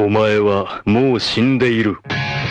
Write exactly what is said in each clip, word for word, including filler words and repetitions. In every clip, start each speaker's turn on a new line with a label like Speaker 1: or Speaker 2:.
Speaker 1: お前はもう死んでいる。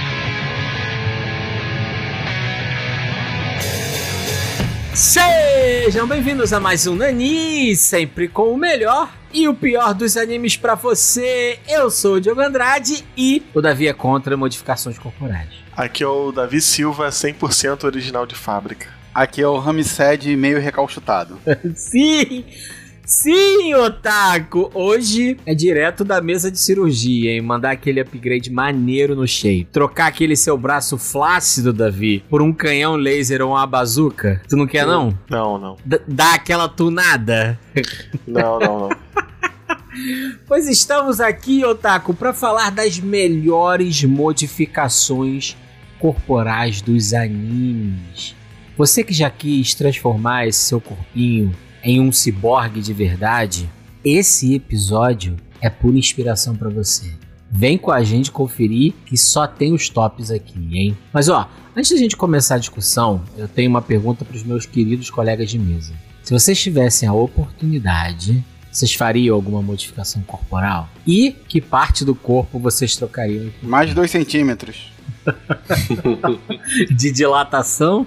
Speaker 2: Sejam bem-vindos a mais um Nani, sempre com o melhor e o pior dos animes pra você. Eu sou o Diogo Andrade e o Davi é contra modificações corporais.
Speaker 3: Aqui é o Davi Silva, cem por cento original de fábrica.
Speaker 4: Aqui é o Ramsed meio recalchutado.
Speaker 2: Sim! Sim, otaku! Hoje é direto da mesa de cirurgia, hein? Mandar aquele upgrade maneiro no shape. Trocar aquele seu braço flácido, Davi, por um canhão laser ou uma bazuca. Tu não quer, não?
Speaker 3: Não, não.
Speaker 2: D- dá aquela tunada?
Speaker 3: Não, não, não.
Speaker 2: Pois estamos aqui, otaku, para falar das melhores modificações corporais dos animes. Você que já quis transformar esse seu corpinho em um ciborgue de verdade, esse episódio é pura inspiração pra você. Vem com a gente conferir que só tem os tops aqui, hein? Mas ó, antes da gente começar a discussão, eu tenho uma pergunta pros meus queridos colegas de mesa. Se vocês tivessem a oportunidade, vocês fariam alguma modificação corporal? E que parte do corpo vocês trocariam?
Speaker 4: Mais de dois centímetros.
Speaker 2: De dilatação?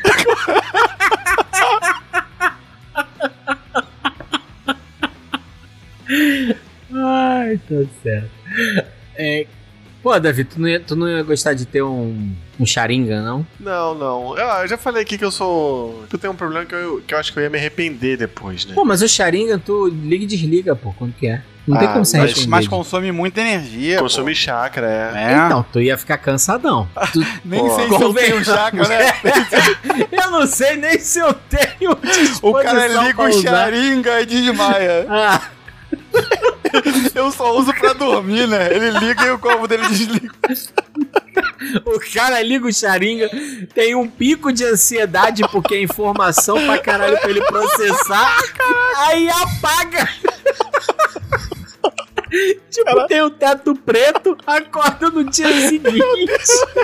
Speaker 2: Ai, tá certo. É, pô, Davi, tu não, ia, tu não ia gostar de ter um, um Sharingan, não?
Speaker 3: Não, não. Eu, eu já falei aqui que eu sou... Que eu tenho um problema que eu, que eu acho que eu ia me arrepender depois, né?
Speaker 2: Pô, mas o Sharingan tu liga e desliga, pô, quando que é. Não ah, tem como se
Speaker 4: mas,
Speaker 2: arrepender.
Speaker 4: mas consome muita energia.
Speaker 3: Consome chakra, é.
Speaker 4: é.
Speaker 2: Então, tu ia ficar cansadão. Tu,
Speaker 4: nem
Speaker 2: pô,
Speaker 4: sei se eu tenho chakra, né?
Speaker 2: Eu não sei nem se eu tenho
Speaker 4: o cara liga o Sharingan e desmaia.
Speaker 2: Ah.
Speaker 4: Eu só uso pra dormir, né? Ele liga e o corpo dele desliga.
Speaker 2: O cara liga o Sharingan, tem um pico de ansiedade porque é informação pra caralho pra ele processar, aí apaga. Tipo, cara, tem o teto preto, acorda no dia seguinte.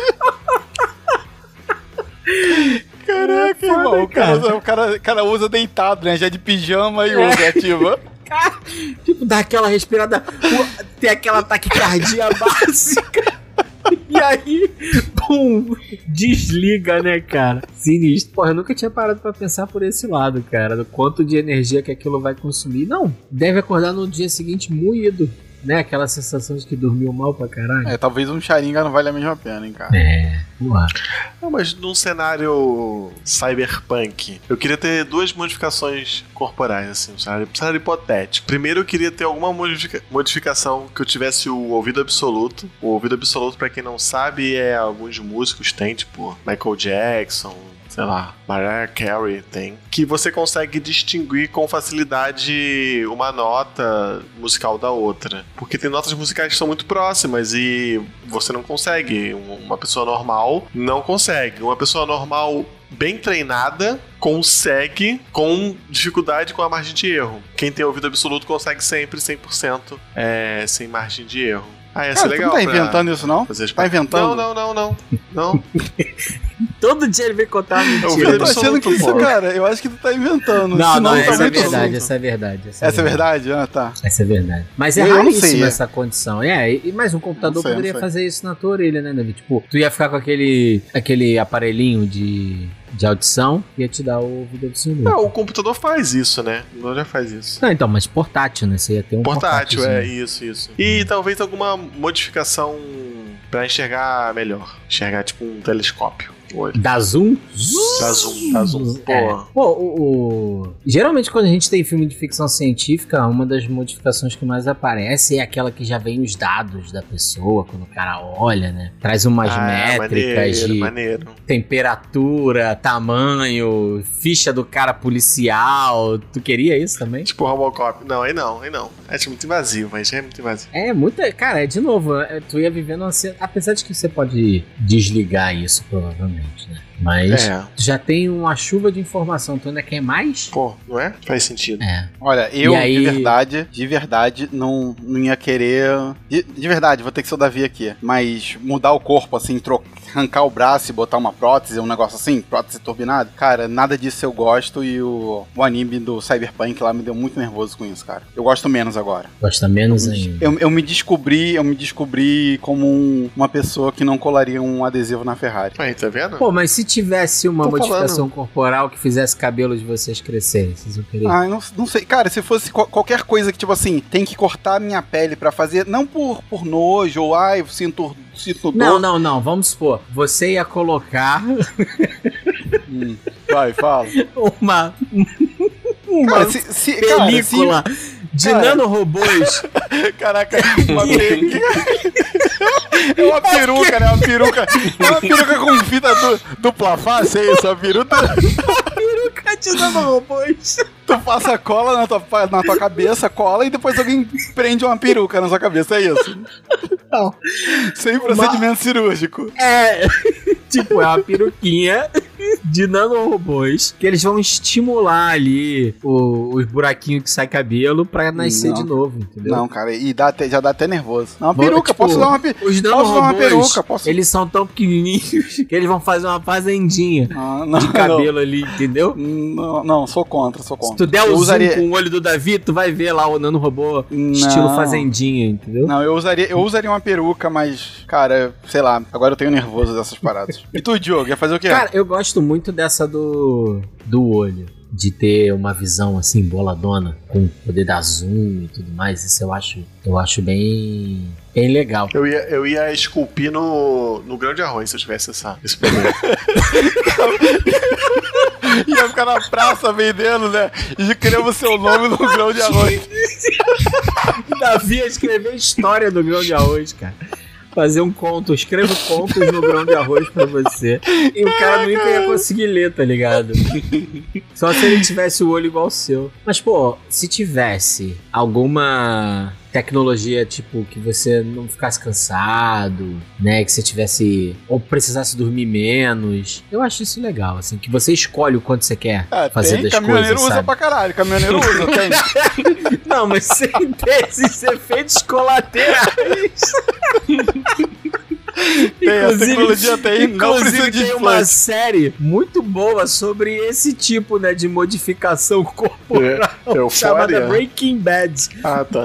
Speaker 4: Caraca, é foda, irmão, o cara, cara. O, cara, o cara usa deitado, né? Já de pijama e é. usa ativa.
Speaker 2: Tipo, dá aquela respirada, tem aquela taquicardia básica. E aí, pum, desliga, né, cara? Sinistro. Porra, eu nunca tinha parado pra pensar por esse lado, cara. Do quanto de energia que aquilo vai consumir. Não, deve acordar no dia seguinte moído, né? Aquela sensação de que dormiu mal pra caralho.
Speaker 4: É, talvez um Sharingan não vale a mesma pena, hein, cara.
Speaker 2: É, porra.
Speaker 3: Não, mas num cenário cyberpunk, eu queria ter duas modificações corporais, assim, um cenário, um cenário hipotético. Primeiro, eu queria ter alguma modifica- modificação que eu tivesse o ouvido absoluto. O ouvido absoluto, pra quem não sabe, é alguns músicos têm, tipo Michael Jackson, sei lá, Mariah Carey tem, que você consegue distinguir com facilidade uma nota musical da outra. Porque tem notas musicais que são muito próximas e você não consegue. Uma pessoa normal não consegue. Uma pessoa normal bem treinada consegue com dificuldade com a margem de erro. Quem tem ouvido absoluto consegue sempre cem por cento é, sem margem de erro. Ah, ia ser
Speaker 4: cara,
Speaker 3: legal.
Speaker 4: Tu não tá inventando isso, não? Tá inventando?
Speaker 3: Não, não, não, não. Não.
Speaker 2: Todo dia ele vem contar mentira.
Speaker 4: Eu, eu tô achando que isso, cara, eu acho que tu tá inventando.
Speaker 2: Não,
Speaker 4: Senão
Speaker 2: não,
Speaker 4: tá
Speaker 2: essa, é
Speaker 4: muito
Speaker 2: verdade,
Speaker 4: solto.
Speaker 2: essa é verdade, essa é
Speaker 4: Essa
Speaker 2: verdade.
Speaker 4: é verdade? Ah, tá.
Speaker 2: Essa é verdade. Mas é
Speaker 4: eu
Speaker 2: raríssimo essa condição. É, e mais um computador
Speaker 4: sei,
Speaker 2: poderia fazer isso na tua orelha, né, David? Tipo, tu ia ficar com aquele, aquele aparelhinho de, de audição e ia te dar o ouvido absoluto.
Speaker 3: Não, o computador faz isso, né? O já faz isso.
Speaker 2: Não, então, mas portátil, né? Você ia ter um
Speaker 3: portátil. Portátil, é, isso, isso. E talvez alguma modificação pra enxergar melhor. Enxergar tipo um telescópio. Olho.
Speaker 2: Da zoom?
Speaker 3: Da zoom, da zoom. Pô,
Speaker 2: é. Pô o, o... geralmente quando a gente tem filme de ficção científica, uma das modificações que mais aparece é aquela que já vem os dados da pessoa, quando o cara olha, né? Traz umas ah, métricas maneiro, de
Speaker 3: maneiro.
Speaker 2: temperatura, tamanho, ficha do cara policial. Tu queria isso também?
Speaker 3: Tipo Robocop. Não, aí não, aí não. É muito invasivo, mas é muito invasivo.
Speaker 2: É, muito... Cara, é de novo, tu ia vivendo uma... Apesar de que você pode desligar isso, provavelmente. obviamente, né? Mas
Speaker 3: É.
Speaker 2: já tem uma chuva de informação, tu ainda quer mais?
Speaker 3: Pô, não é? Faz sentido.
Speaker 2: É.
Speaker 4: Olha, eu,
Speaker 2: E aí-
Speaker 4: de verdade, de verdade, não, não ia querer... De, de verdade, vou ter que ser o Davi aqui. Mas mudar o corpo, assim, trocar, arrancar o braço e botar uma prótese, um negócio assim, prótese turbinada, cara, nada disso eu gosto e o, o anime do Cyberpunk lá me deu muito nervoso com isso, cara. Eu gosto menos agora.
Speaker 2: Gosta menos ainda.
Speaker 4: Eu, eu me descobri, eu me descobri como um- uma pessoa que não colaria um adesivo na Ferrari.
Speaker 3: Aí, tá vendo?
Speaker 2: Pô, mas se tivesse uma
Speaker 3: Tô
Speaker 2: modificação corporal que fizesse cabelo de vocês crescerem, vocês vão querer?
Speaker 4: Ah, eu não, não sei. Cara, se fosse qual- qualquer coisa que, tipo assim, tem que cortar a minha pele pra fazer, não por, por nojo ou ai, eu sinto, sinto dor.
Speaker 2: Não, não, não. Vamos supor, você ia colocar
Speaker 4: Hum, vai, fala.
Speaker 2: uma, uma
Speaker 4: Cara, se, se, cara,
Speaker 2: película de
Speaker 4: cara.
Speaker 2: nanorobôs.
Speaker 4: se- Caraca, uma peruca. É uma peruca, né? Uma peruca. É uma peruca com fita du, dupla face, é isso? Uma peruca.
Speaker 2: Peruca de nanorobôs.
Speaker 4: Tu passa cola na tua, na tua cabeça, cola, e depois alguém prende uma peruca na sua cabeça, é isso?
Speaker 2: Não.
Speaker 4: Sem procedimento cirúrgico.
Speaker 2: É, tipo, é uma peruquinha de nanorobôs que eles vão estimular ali o- os buraquinhos que sai cabelo pra nascer
Speaker 4: Não.
Speaker 2: de novo, entendeu?
Speaker 4: Não, cara, e dá até, já dá até nervoso. Não, uma
Speaker 2: Bom,
Speaker 4: peruca,
Speaker 2: tipo,
Speaker 4: posso dar uma peruca.
Speaker 2: Os
Speaker 4: Posso usar uma
Speaker 2: nanorobôs,
Speaker 4: peruca, posso-
Speaker 2: eles são tão pequenininhos que eles vão fazer uma fazendinha
Speaker 4: Ah, não,
Speaker 2: de cabelo ali, entendeu?
Speaker 4: Não, não, sou contra, sou contra.
Speaker 2: Se tu der o
Speaker 4: eu
Speaker 2: zoom
Speaker 4: usaria...
Speaker 2: com o olho do Davi, tu vai ver lá o nanorobô
Speaker 4: Não.
Speaker 2: estilo fazendinha, entendeu?
Speaker 4: Não, eu usaria, eu usaria uma peruca, mas, cara, sei lá, agora eu tenho nervoso dessas paradas. E tu, Diogo, ia fazer o quê?
Speaker 2: Cara, eu gosto muito dessa do, do olho. De ter uma visão assim, boladona, com poder dar zoom e tudo mais. Isso eu acho, eu acho bem, bem legal.
Speaker 3: Eu ia, eu ia esculpir no, no grão de arroz se eu tivesse essa, esse poder.
Speaker 4: Ia ficar na praça vendendo, né? E queremos seu nome no grão de arroz.
Speaker 2: Davi ia escrever história do grão de arroz, cara. Fazer um conto, escreva contos no grão de arroz pra você. E o cara nunca ia conseguir ler, tá ligado? Só se ele tivesse o olho igual o seu. Mas, pô, se tivesse alguma tecnologia, tipo, que você não ficasse cansado, né? Que você tivesse... Ou precisasse dormir menos. Eu acho isso legal, assim. Que você escolhe o quanto você quer
Speaker 4: Ah,
Speaker 2: fazer
Speaker 4: tem,
Speaker 2: das
Speaker 4: caminhoneiro
Speaker 2: coisas,
Speaker 4: usa
Speaker 2: sabe?
Speaker 4: pra caralho, caminhoneiro usa, tem.
Speaker 2: Não, mas sem ter esses efeitos colaterais.
Speaker 4: Tem, a tecnologia tem, não
Speaker 2: inclusive
Speaker 4: precisa de
Speaker 2: tem uma
Speaker 4: implante.
Speaker 2: série muito boa sobre esse tipo, né, de modificação corporal
Speaker 3: É, Euphoria.
Speaker 2: chamada Breaking Bad.
Speaker 3: Ah, tá.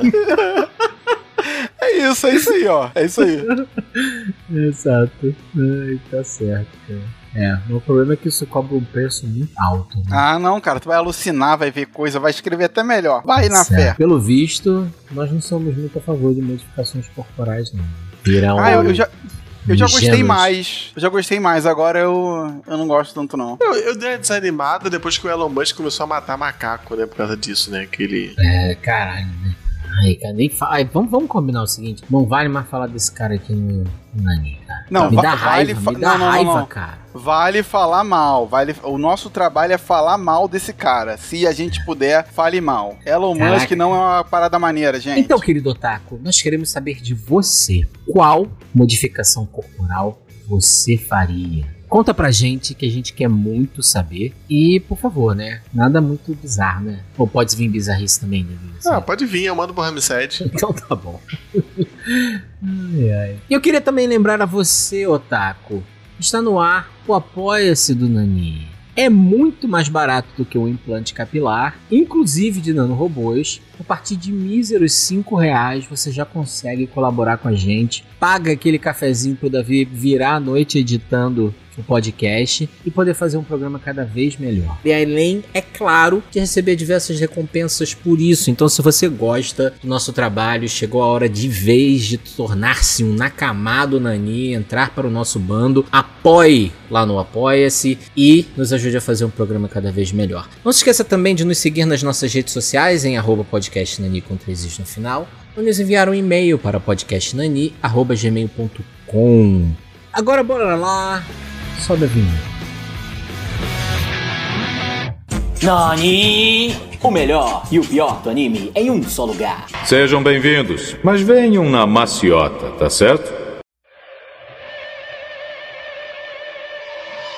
Speaker 4: É isso, é isso aí, ó. É isso aí.
Speaker 2: Exato. Ai, tá certo, cara. É, o problema é que isso cobra um preço muito alto, né?
Speaker 4: Ah, não, cara, tu vai alucinar, vai ver coisa, vai escrever até melhor. Vai na
Speaker 2: Certo.
Speaker 4: fé.
Speaker 2: Pelo visto, nós não somos muito a favor de modificações corporais, não. Virar um...
Speaker 4: Ah, eu, eu já. Eu já gostei
Speaker 2: ingênuos.
Speaker 4: mais. Eu já gostei mais. Agora eu, eu não gosto tanto, não.
Speaker 3: Eu, eu dei uma desanimada depois que o Elon Musk começou a matar macaco, né? Por causa disso, né? Que ele...
Speaker 2: É, caralho, né? Ai, cara, nem fa... Ai, vamos, vamos combinar o seguinte: não vale mais falar desse cara aqui no, no Nani, cara.
Speaker 4: Não,
Speaker 2: me
Speaker 4: va-
Speaker 2: dá
Speaker 4: vale
Speaker 2: raiva,
Speaker 4: fa-
Speaker 2: me dá
Speaker 4: não, não, não,
Speaker 2: raiva,
Speaker 4: não.
Speaker 2: cara.
Speaker 4: Vale falar mal. Vale... O nosso trabalho é falar mal desse cara. Se a gente puder, fale mal. Elon
Speaker 2: Caraca.
Speaker 4: Musk não é uma parada maneira, gente.
Speaker 2: Então, querido Otaku, nós queremos saber de você. Qual modificação corporal você faria? Conta pra gente, que a gente quer muito saber. E, por favor, né? Nada muito bizarro, né? Ou pode vir bizarrice também, né? Assim.
Speaker 3: Ah, pode vir, eu mando pro Ramsed.
Speaker 2: Então tá bom. Ai, ai. E eu queria também lembrar a você, Otaku, está no ar o Apoia-se do Nani. É muito mais barato do que um implante capilar, inclusive de nanorobôs. A partir de míseros cinco reais você já consegue colaborar com a gente. Paga aquele cafezinho pro Davi virar a noite editando o podcast e poder fazer um programa cada vez melhor. E além, é claro, de receber diversas recompensas por isso. Então, se você gosta do nosso trabalho, chegou a hora de vez de tornar-se um Nakamado Nani, entrar para o nosso bando, apoie lá no Apoia-se e nos ajude a fazer um programa cada vez melhor. Não se esqueça também de nos seguir nas nossas redes sociais em arroba podcastnani com três is no final, ou nos enviar um e-mail para podcastnani arroba gmail ponto com. Agora bora lá, sobe a vinheta.
Speaker 5: Nani! O melhor e o pior do anime em um só lugar.
Speaker 1: Sejam bem-vindos, mas venham na maciota, tá certo?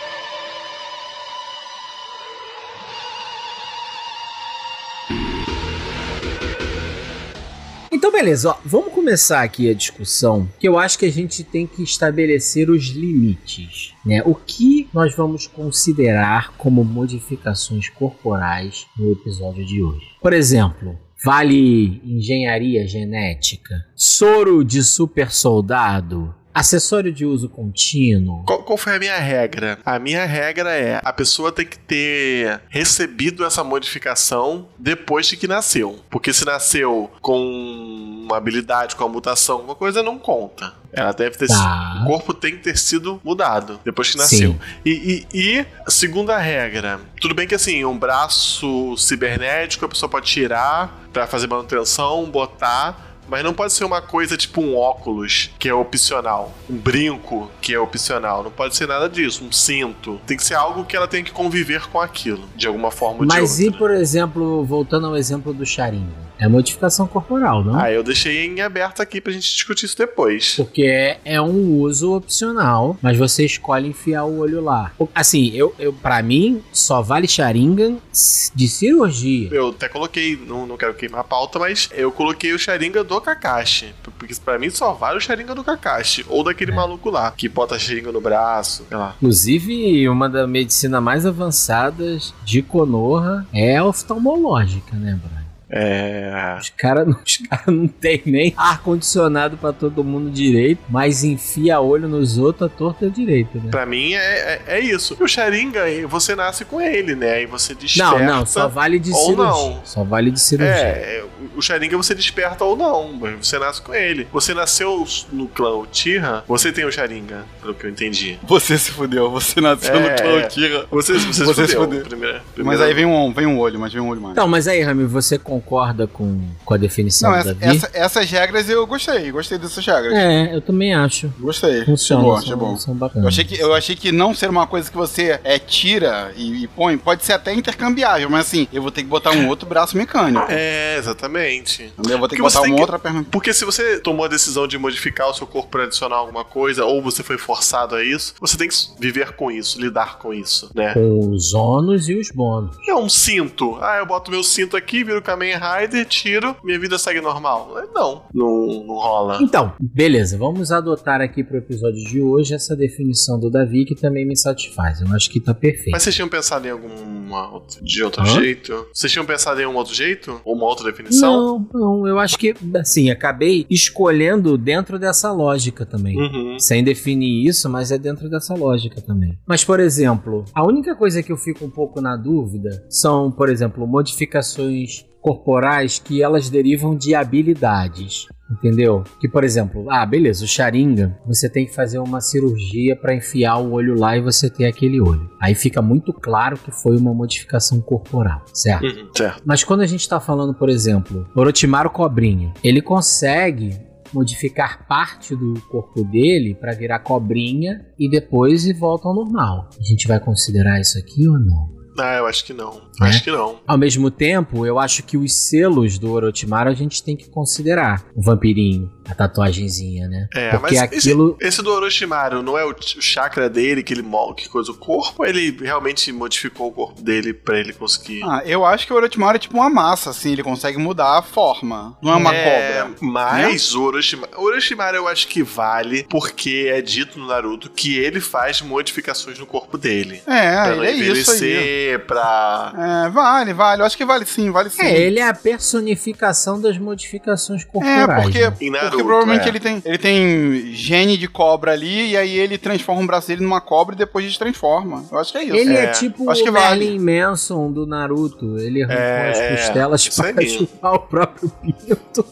Speaker 2: beleza, ó, vamos começar aqui a discussão, que eu acho que a gente tem que estabelecer os limites, né? O que nós vamos considerar como modificações corporais no episódio de hoje. Por exemplo, vale engenharia genética, soro de super soldado, acessório de uso contínuo.
Speaker 3: Qual, qual foi a minha regra? A minha regra é, a pessoa tem que ter recebido essa modificação depois de que nasceu. Porque se nasceu com uma habilidade, com uma mutação, alguma coisa, não conta. Ela deve ter
Speaker 2: Tá.
Speaker 3: sido, o corpo tem que ter sido mudado depois que nasceu.
Speaker 2: Sim.
Speaker 3: E, e, e a segunda regra, tudo bem que assim, um braço cibernético a pessoa pode tirar pra fazer manutenção, botar, mas não pode ser uma coisa tipo um óculos, que é opcional. Um brinco, que é opcional. Não pode ser nada disso. Um cinto. Tem que ser algo que ela tem que conviver com aquilo, de alguma forma ou de
Speaker 2: Mas
Speaker 3: outra.
Speaker 2: e, por exemplo, voltando ao exemplo do Sharingan? É modificação corporal, não?
Speaker 3: Ah, eu deixei em aberto aqui pra gente discutir isso depois.
Speaker 2: Porque é, é um uso opcional, mas você escolhe enfiar o olho lá. Assim, eu, eu, pra mim, só vale Sharingan de cirurgia.
Speaker 3: Eu até coloquei, não, não quero queimar a pauta, mas eu coloquei o Sharingan do Kakashi. Porque pra mim só vale o Sharingan do Kakashi. Ou daquele
Speaker 2: É.
Speaker 3: maluco lá, que bota Sharingan no braço, sei lá.
Speaker 2: Inclusive, uma das medicinas mais avançadas de Konoha é a oftalmológica, né, Brian?
Speaker 3: É...
Speaker 2: Os caras não, os cara não tem nem ar-condicionado pra todo mundo direito, mas enfia olho nos outros a torta direito, né?
Speaker 3: Pra mim é, é, é isso. E o Sharingan, você nasce com ele, né? E você desperta.
Speaker 2: Não, não, só vale de
Speaker 3: ou
Speaker 2: cirurgia.
Speaker 3: não.
Speaker 2: Só vale de cirurgia.
Speaker 3: É, o Sharingan você desperta ou não, mas você nasce com ele. Você nasceu no clã Uchiha, você tem o Sharingan, pelo que eu entendi.
Speaker 4: Você se fudeu, você nasceu
Speaker 3: É,
Speaker 4: no clã Uchiha.
Speaker 3: Você, você,
Speaker 4: Você
Speaker 3: se
Speaker 4: se
Speaker 3: fudeu.
Speaker 4: fudeu.
Speaker 3: Primeira,
Speaker 4: Mas
Speaker 3: primeira-
Speaker 4: aí vem um, vem um olho, mas vem um olho mais.
Speaker 2: Então, mas aí, Rami, você concorda com, com a definição
Speaker 4: Não,
Speaker 2: do
Speaker 4: essa,
Speaker 2: Davi?
Speaker 4: essa- essas regras eu gostei, gostei dessas regras.
Speaker 2: É, eu também acho.
Speaker 4: Gostei.
Speaker 2: Funciona,
Speaker 4: achei bom,
Speaker 2: são,
Speaker 4: achei bom.
Speaker 2: são bacanas.
Speaker 4: Eu achei, que, eu achei que não ser uma coisa que você é, tira e, e põe, pode ser até intercambiável, mas assim, eu vou ter que botar um outro braço mecânico.
Speaker 3: É, exatamente.
Speaker 4: Eu vou ter
Speaker 3: Porque
Speaker 4: que
Speaker 3: você
Speaker 4: botar
Speaker 3: tem
Speaker 4: uma
Speaker 3: que-
Speaker 4: outra perna.
Speaker 3: Porque se você tomou a decisão de modificar o seu corpo para adicionar alguma coisa, ou você foi forçado a isso, você tem que viver com isso, lidar com isso, né?
Speaker 2: Com os ônus e os bônus.
Speaker 3: É um cinto. Ah, eu boto meu cinto aqui, viro o Kamen Rider, tiro, minha vida segue normal. Não, não, não rola.
Speaker 2: Então, beleza, vamos adotar aqui pro episódio de hoje essa definição do Davi que também me satisfaz. Eu acho que tá perfeito.
Speaker 3: Mas vocês tinham pensado em alguma outra, de outro
Speaker 2: Hã?
Speaker 3: jeito? Vocês tinham pensado em um outro jeito? Ou uma outra definição?
Speaker 2: Não, não, eu acho que, assim, acabei escolhendo dentro dessa lógica também.
Speaker 3: Uhum.
Speaker 2: Sem definir isso, mas é dentro dessa lógica também. Mas, por exemplo, a única coisa que eu fico um pouco na dúvida são, por exemplo, modificações corporais que elas derivam de habilidades. Entendeu? Que, por exemplo, ah, beleza, o Sharingan, você tem que fazer uma cirurgia pra enfiar o olho lá e você ter aquele olho. Aí fica muito claro que foi uma modificação corporal, certo?
Speaker 3: Uhum, certo.
Speaker 2: Mas quando a gente tá falando, por exemplo, Orochimaru Cobrinha, ele consegue modificar parte do corpo dele pra virar cobrinha e depois volta ao normal. A gente vai considerar isso aqui ou não?
Speaker 3: Ah, eu acho que não.
Speaker 2: É?
Speaker 3: Acho que não.
Speaker 2: Ao mesmo tempo, eu acho que os selos do Orochimaru a gente tem que considerar. O vampirinho, a tatuagenzinha, né?
Speaker 3: É,
Speaker 2: Porque
Speaker 3: mas
Speaker 2: aquilo...
Speaker 3: esse, esse do Orochimaru não é o, o chakra dele que ele mol- que coisa o corpo, ou ele realmente modificou o corpo dele pra ele conseguir?
Speaker 4: Ah, eu acho que o Orochimaru é tipo uma massa, assim, ele consegue mudar a forma. Não é uma cobra.
Speaker 3: Mas o Orochimaru, o Orochimaru eu acho que vale porque é dito no Naruto que ele faz modificações no corpo dele.
Speaker 4: É,
Speaker 3: Pra não
Speaker 4: é isso aí.
Speaker 3: envelhecer, pra...
Speaker 4: É, vale, vale. Eu acho que vale sim, vale sim.
Speaker 2: É, ele é a personificação das modificações
Speaker 4: É,
Speaker 2: corporais.
Speaker 4: porque,
Speaker 2: né?
Speaker 3: Em Naruto,
Speaker 4: porque provavelmente
Speaker 3: é.
Speaker 4: ele tem ele tem gene de cobra ali, e aí ele transforma um braço dele numa cobra e depois transforma. Eu acho que é isso.
Speaker 2: Ele é,
Speaker 3: É,
Speaker 2: tipo
Speaker 4: acho que
Speaker 2: o
Speaker 4: vale.
Speaker 2: Merlin Manson do Naruto. Ele arrancou
Speaker 3: É,
Speaker 2: as costelas
Speaker 3: isso
Speaker 2: para
Speaker 3: aí.
Speaker 2: chupar o próprio pinto.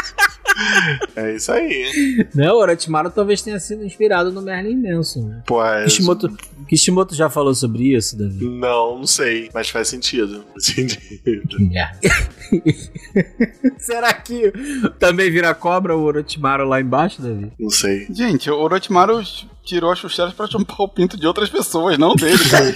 Speaker 3: É isso aí.
Speaker 2: Não, o Orochimaru talvez tenha sido inspirado no Merlin Manson. Né?
Speaker 3: Pô, é...
Speaker 2: Kishimoto, Kishimoto já falou sobre isso, Davi?
Speaker 3: Não, não sei, mas faz sentido. Faz sentido.
Speaker 2: Que merda. Será que também vira cobra o Orochimaru lá embaixo, Davi?
Speaker 3: Não sei.
Speaker 4: Gente, o Orochimaru tirou as costelas pra chupar o pinto de outras pessoas, não dele, cara.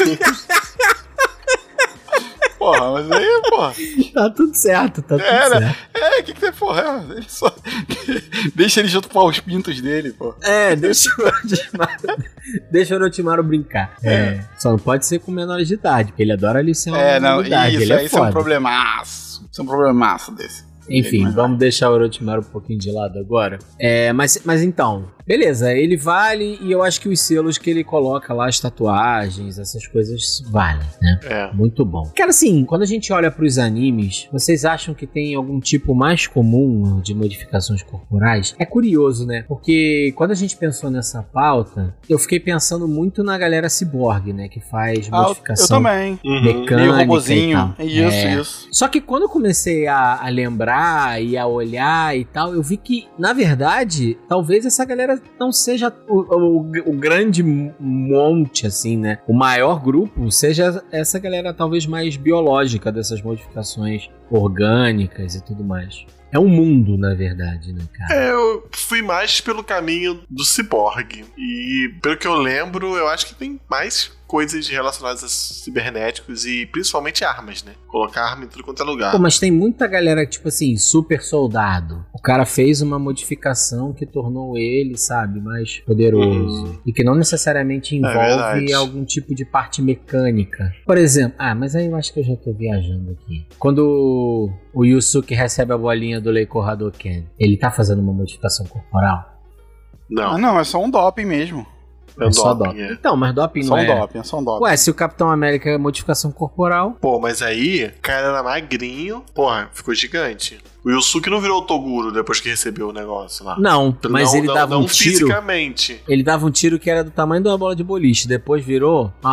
Speaker 4: Porra, mas aí, porra.
Speaker 2: Tá tudo certo, tá tudo
Speaker 4: É, né?
Speaker 2: certo.
Speaker 4: É, o que que você, porra? É, ele só... Deixa ele chupar os pintos dele, pô.
Speaker 2: É, deixa o Orochimaru, deixa o Orochimaru brincar. É. Só não pode ser com menores de idade, porque ele adora licença.
Speaker 4: É, não, isso,
Speaker 2: ele é
Speaker 4: isso é um
Speaker 2: foda.
Speaker 4: problemaço. Isso é um problemaço desse.
Speaker 2: Enfim,
Speaker 4: Mas
Speaker 2: vamos deixar o Orochimaru um pouquinho de lado agora. É, mas, mas então, beleza, ele vale e eu acho que os selos que ele coloca lá, as tatuagens, essas coisas valem, né?
Speaker 3: É.
Speaker 2: Muito bom. Cara, assim, quando a gente olha pros animes, vocês acham que tem algum tipo mais comum de modificações corporais? É curioso, né? Porque quando a gente pensou nessa pauta, eu fiquei pensando muito na galera ciborgue, né? Que faz
Speaker 4: Ah, eu-
Speaker 2: modificação
Speaker 4: eu também.
Speaker 3: Uhum.
Speaker 2: mecânica
Speaker 4: Meio
Speaker 2: e
Speaker 4: robozinho.
Speaker 2: tal.
Speaker 4: Isso,
Speaker 2: É.
Speaker 4: isso.
Speaker 2: Só que quando eu comecei a, a lembrar e a olhar e tal, eu vi que, na verdade, talvez essa galera não seja o, o, o grande monte, assim, né? O maior grupo seja essa galera talvez mais biológica dessas modificações orgânicas e tudo mais. É um mundo, na verdade, né, cara?
Speaker 3: É, eu fui mais pelo caminho do ciborgue. E pelo que eu lembro, eu acho que tem mais coisas relacionadas a cibernéticos e principalmente armas, né? Colocar arma em tudo quanto é lugar.
Speaker 2: Pô, mas tem muita galera, tipo assim, super soldado. O cara fez uma modificação que tornou ele, sabe, mais poderoso.
Speaker 3: Uhum.
Speaker 2: E que não necessariamente envolve
Speaker 3: verdade.
Speaker 2: algum tipo de parte mecânica. Por exemplo, ah, mas aí eu acho que eu já tô viajando aqui. Quando o Yusuke recebe a bolinha do Leiko Hadoken, ele tá fazendo uma modificação corporal?
Speaker 3: Não,
Speaker 4: Ah, não, é só um doping mesmo.
Speaker 3: é um
Speaker 2: só
Speaker 3: doping,
Speaker 2: doping.
Speaker 3: é.
Speaker 2: Então, mas doping
Speaker 4: Só
Speaker 2: não
Speaker 4: um
Speaker 2: é...
Speaker 4: doping, é só um doping.
Speaker 2: Ué, se o Capitão América é modificação corporal...
Speaker 3: Pô, mas aí, o cara era magrinho, porra, ficou gigante. O Yusuke não virou o Toguro depois que recebeu o negócio lá.
Speaker 2: Não, mas
Speaker 3: Não-
Speaker 2: ele
Speaker 3: não-
Speaker 2: dava
Speaker 3: não
Speaker 2: um tiro...
Speaker 3: fisicamente.
Speaker 2: Ele dava um tiro que era do tamanho de uma bola de boliche. Depois virou uma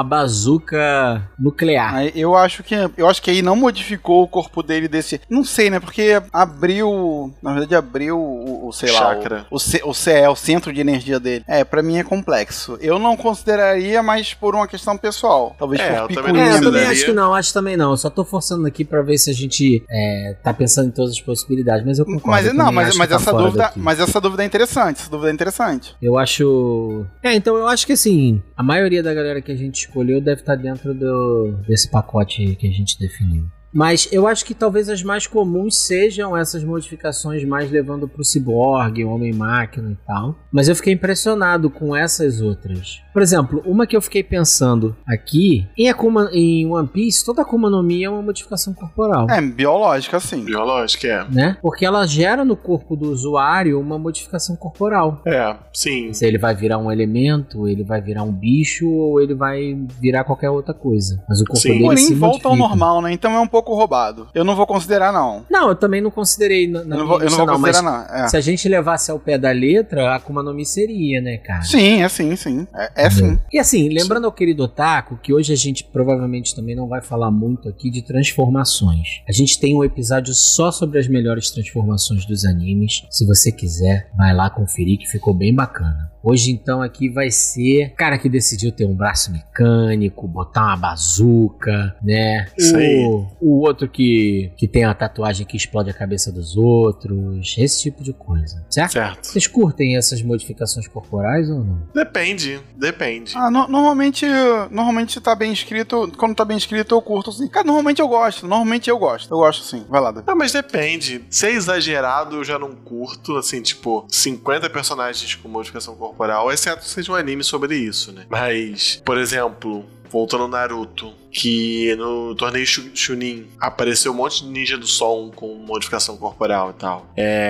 Speaker 2: bazuca nuclear.
Speaker 4: Aí eu acho que eu acho que aí não modificou o corpo dele desse. Não sei, né? Porque abriu. Na verdade, abriu o, o sei lá.
Speaker 3: Chakra.
Speaker 4: O, o, C, o C E, o centro de energia dele. É, pra mim é complexo. Eu não consideraria, mas por uma questão pessoal. Talvez
Speaker 3: É, eu
Speaker 4: por
Speaker 3: também
Speaker 4: picuinha.
Speaker 2: É, eu também
Speaker 3: consideraria.
Speaker 2: acho que não, acho também não. Eu só tô forçando aqui pra ver se a gente é, tá pensando em todas as possibilidades. Mas eu concordo.
Speaker 4: Mas
Speaker 2: eu
Speaker 4: não,
Speaker 2: também
Speaker 4: mas,
Speaker 2: acho
Speaker 4: mas
Speaker 2: que tá
Speaker 4: essa
Speaker 2: fora
Speaker 4: dúvida,
Speaker 2: daqui.
Speaker 4: mas essa dúvida é interessante. Essa dúvida é interessante.
Speaker 2: Eu acho. É, então eu acho que assim, a maioria da galera que a gente escolheu deve estar dentro do, desse pacote que a gente definiu. Mas eu acho que talvez as mais comuns sejam essas modificações mais levando pro ciborgue, homem-máquina e tal. Mas eu fiquei impressionado com essas outras. Por exemplo, uma que eu fiquei pensando aqui, em, Akuma, em One Piece, toda Akuma no Mi é uma modificação corporal.
Speaker 4: É, biológica, sim.
Speaker 3: Biológico, é.
Speaker 2: Né? Porque ela gera no corpo do usuário uma modificação corporal.
Speaker 3: É, sim.
Speaker 2: Se ele vai virar um elemento, ele vai virar um bicho ou ele vai virar qualquer outra coisa. Mas o corpo
Speaker 3: Sim.
Speaker 2: dele
Speaker 4: Porém,
Speaker 2: se
Speaker 4: volta ao
Speaker 2: modifica.
Speaker 4: normal, né? Então é um pouco roubado. Eu não vou considerar, não.
Speaker 2: Não, eu também não considerei na, na
Speaker 4: Eu não vou,
Speaker 2: minha
Speaker 4: eu não vou
Speaker 2: lista,
Speaker 4: considerar,
Speaker 2: mas
Speaker 4: não. É.
Speaker 2: se a gente levasse ao pé da letra, a Akuma no Mi seria, né, cara?
Speaker 4: Sim, é sim, sim. É, é sim.
Speaker 2: E assim, lembrando ao querido Otaku, que hoje a gente provavelmente também não vai falar muito aqui de transformações. A gente tem um episódio só sobre as melhores transformações dos animes. Se você quiser, vai lá conferir que ficou bem bacana. Hoje então aqui vai ser o cara que decidiu ter um braço mecânico, botar uma bazuca, né?
Speaker 3: Isso aí.
Speaker 2: O, o outro que, que tem a tatuagem que explode a cabeça dos outros. Esse tipo de coisa, certo?
Speaker 3: Certo.
Speaker 2: Vocês curtem essas modificações corporais ou não?
Speaker 3: Depende, depende.
Speaker 4: Ah, no- normalmente, normalmente tá bem escrito. Quando tá bem escrito, eu curto assim. Cara, normalmente eu gosto. Normalmente eu gosto. Eu gosto sim. Vai lá, Davi.
Speaker 3: Ah, mas depende. Se é exagerado, eu já não curto, assim, tipo, cinquenta personagens com modificação corporal, exceto que seja um anime sobre isso, né? Mas, por exemplo, voltando ao Naruto, que no torneio Shu- Chunin apareceu um monte de ninja do som com modificação corporal e tal.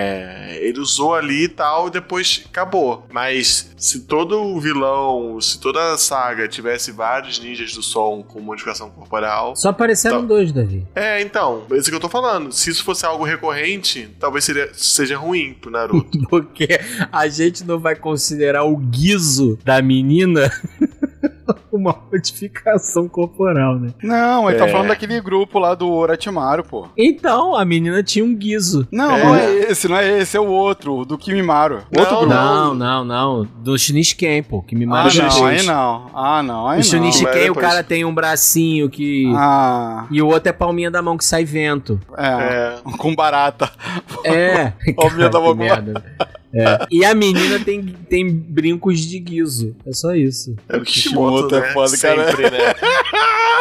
Speaker 3: É, ele usou ali e tal e depois acabou. Mas se todo o vilão, se toda a saga tivesse vários ninjas do som com modificação corporal...
Speaker 2: Só apareceram
Speaker 3: Tá.
Speaker 2: dois, Davi.
Speaker 3: É, então, é isso que eu tô falando. Se isso fosse algo recorrente, talvez seria, seja ruim pro Naruto.
Speaker 2: Porque a gente não vai considerar o guizo da menina uma modificação corporal, né?
Speaker 4: Não, ele tá
Speaker 3: É.
Speaker 4: falando daquele grupo lá do Orochimaru, pô.
Speaker 2: Então, a menina tinha um guizo.
Speaker 4: Não,
Speaker 3: É.
Speaker 4: não é esse, não é esse, é o outro, do Kimimaru.
Speaker 3: Não,
Speaker 4: Outro grupo.
Speaker 2: Não, não, não. Do Shinichiken, pô. Que me
Speaker 4: Ah,
Speaker 2: mara
Speaker 3: Shinichiken.
Speaker 4: não, aí não. Ah, não, aí
Speaker 2: O
Speaker 4: não.
Speaker 2: Shinichiken,
Speaker 3: Mas
Speaker 2: o
Speaker 3: depois-
Speaker 2: cara tem um bracinho que...
Speaker 4: Ah,
Speaker 2: E o outro é palminha da mão que sai vento.
Speaker 4: é.
Speaker 3: É.
Speaker 4: Com barata.
Speaker 2: É.
Speaker 4: Palminha da
Speaker 2: que
Speaker 4: mão com
Speaker 2: merda. É. E a menina tem, tem brincos de guizo. É só isso.
Speaker 3: É o
Speaker 4: Kishimoto
Speaker 3: Kishimoto,
Speaker 4: é
Speaker 3: né?
Speaker 4: foda, cara.
Speaker 3: Sempre, né?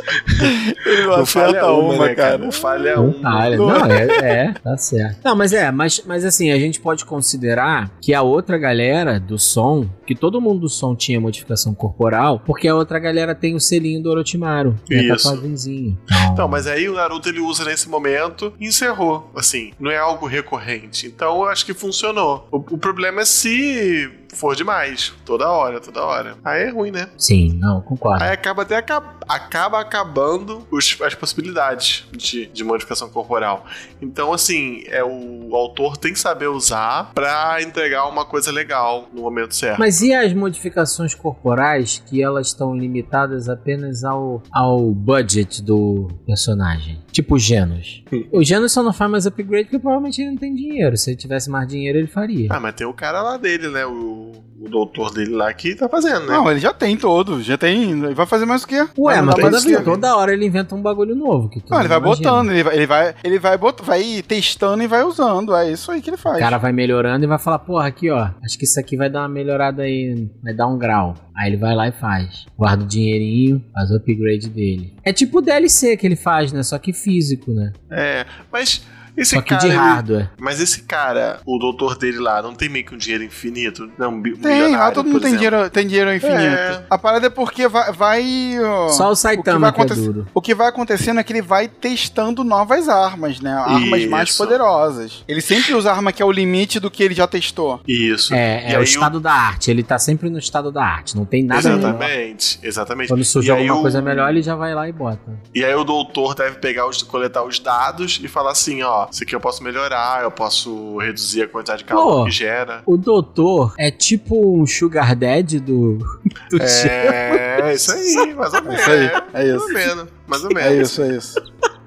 Speaker 4: Ele não,
Speaker 3: Não
Speaker 4: acerta
Speaker 3: falha uma,
Speaker 4: uma,
Speaker 3: né,
Speaker 4: cara.
Speaker 3: Não falha
Speaker 2: Não
Speaker 3: uma.
Speaker 2: falha. Não, é, é, tá certo. Não, mas é, mas, mas assim, a gente pode considerar que a outra galera do som, que todo mundo do som tinha modificação corporal, porque a outra galera tem o selinho do Orochimaru, que é
Speaker 3: Isso.
Speaker 2: tatuagemzinho.
Speaker 3: Então, mas aí o Naruto ele usa nesse momento e encerrou. Assim, não é algo recorrente. Então eu acho que funcionou. O, o problema é se for demais. Toda hora, toda hora. Aí é ruim, né?
Speaker 2: Sim, não, concordo.
Speaker 3: Aí acaba até acaba, acaba acabando os, as possibilidades de, de modificação corporal. Então, assim, é, o autor tem que saber usar pra entregar uma coisa legal no momento certo.
Speaker 2: Mas e as modificações corporais que elas estão limitadas apenas ao, ao budget do personagem? Tipo o Genos. O Genos só não faz mais upgrade porque provavelmente ele não tem dinheiro. Se ele tivesse mais dinheiro, ele faria.
Speaker 3: Ah, mas tem o cara lá dele, né? O, o doutor dele lá que tá fazendo, né?
Speaker 4: Não, ele já tem todo, já tem. Ele vai fazer mais o quê?
Speaker 2: Ué,
Speaker 4: Vai
Speaker 2: mas
Speaker 4: mudar
Speaker 2: toda,
Speaker 4: mais o quê?
Speaker 2: vez, toda hora ele inventa um bagulho novo. Que tu
Speaker 4: Não, ele vai
Speaker 2: imagina.
Speaker 4: botando, ele vai, ele vai, ele vai, bot, vai testando e vai usando. É isso aí que ele faz.
Speaker 2: O cara vai melhorando e vai falar, porra, aqui ó, acho que isso aqui vai dar uma melhorada aí, vai dar um grau. Aí ele vai lá e faz. Guarda o dinheirinho, faz o upgrade dele. É tipo o D L C que ele faz, né? Só que físico, né?
Speaker 3: É, mas esse
Speaker 2: Só que
Speaker 3: cara.
Speaker 2: de
Speaker 3: ele-
Speaker 2: hardware.
Speaker 3: Mas esse cara, o doutor dele lá, não tem meio que um dinheiro infinito? Não, um bi-
Speaker 4: Tem, lá
Speaker 3: milionário,
Speaker 4: todo
Speaker 3: por
Speaker 4: mundo tem
Speaker 3: exemplo.
Speaker 4: dinheiro, tem dinheiro infinito.
Speaker 3: É.
Speaker 4: A parada é porque vai. vai ó,
Speaker 2: Só o
Speaker 4: que
Speaker 2: Saitama
Speaker 4: vai
Speaker 2: que, é
Speaker 4: acontecer-
Speaker 2: duro.
Speaker 4: O que vai acontecendo é que ele vai testando novas armas, né? Armas mais
Speaker 3: Isso.
Speaker 4: poderosas. Ele sempre usa a arma que é o limite do que ele já testou.
Speaker 3: Isso.
Speaker 2: É,
Speaker 3: E
Speaker 2: é o
Speaker 3: aí
Speaker 2: estado da arte. Ele tá sempre no estado da arte. Não tem nada melhor.
Speaker 3: Exatamente, exatamente.
Speaker 2: Quando surge
Speaker 3: E aí
Speaker 2: alguma
Speaker 3: o-
Speaker 2: coisa melhor, ele já vai lá e bota.
Speaker 3: E aí o doutor deve pegar os, coletar os dados e falar assim, ó, isso aqui eu posso melhorar, eu posso reduzir a quantidade de calor
Speaker 2: Pô.
Speaker 3: que gera.
Speaker 2: O doutor é tipo um sugar daddy do... do Gelo.
Speaker 3: É, isso aí, mais ou menos.
Speaker 4: isso aí, é
Speaker 3: Mais
Speaker 4: isso.
Speaker 3: ou menos, mais ou menos.
Speaker 4: É isso, é isso.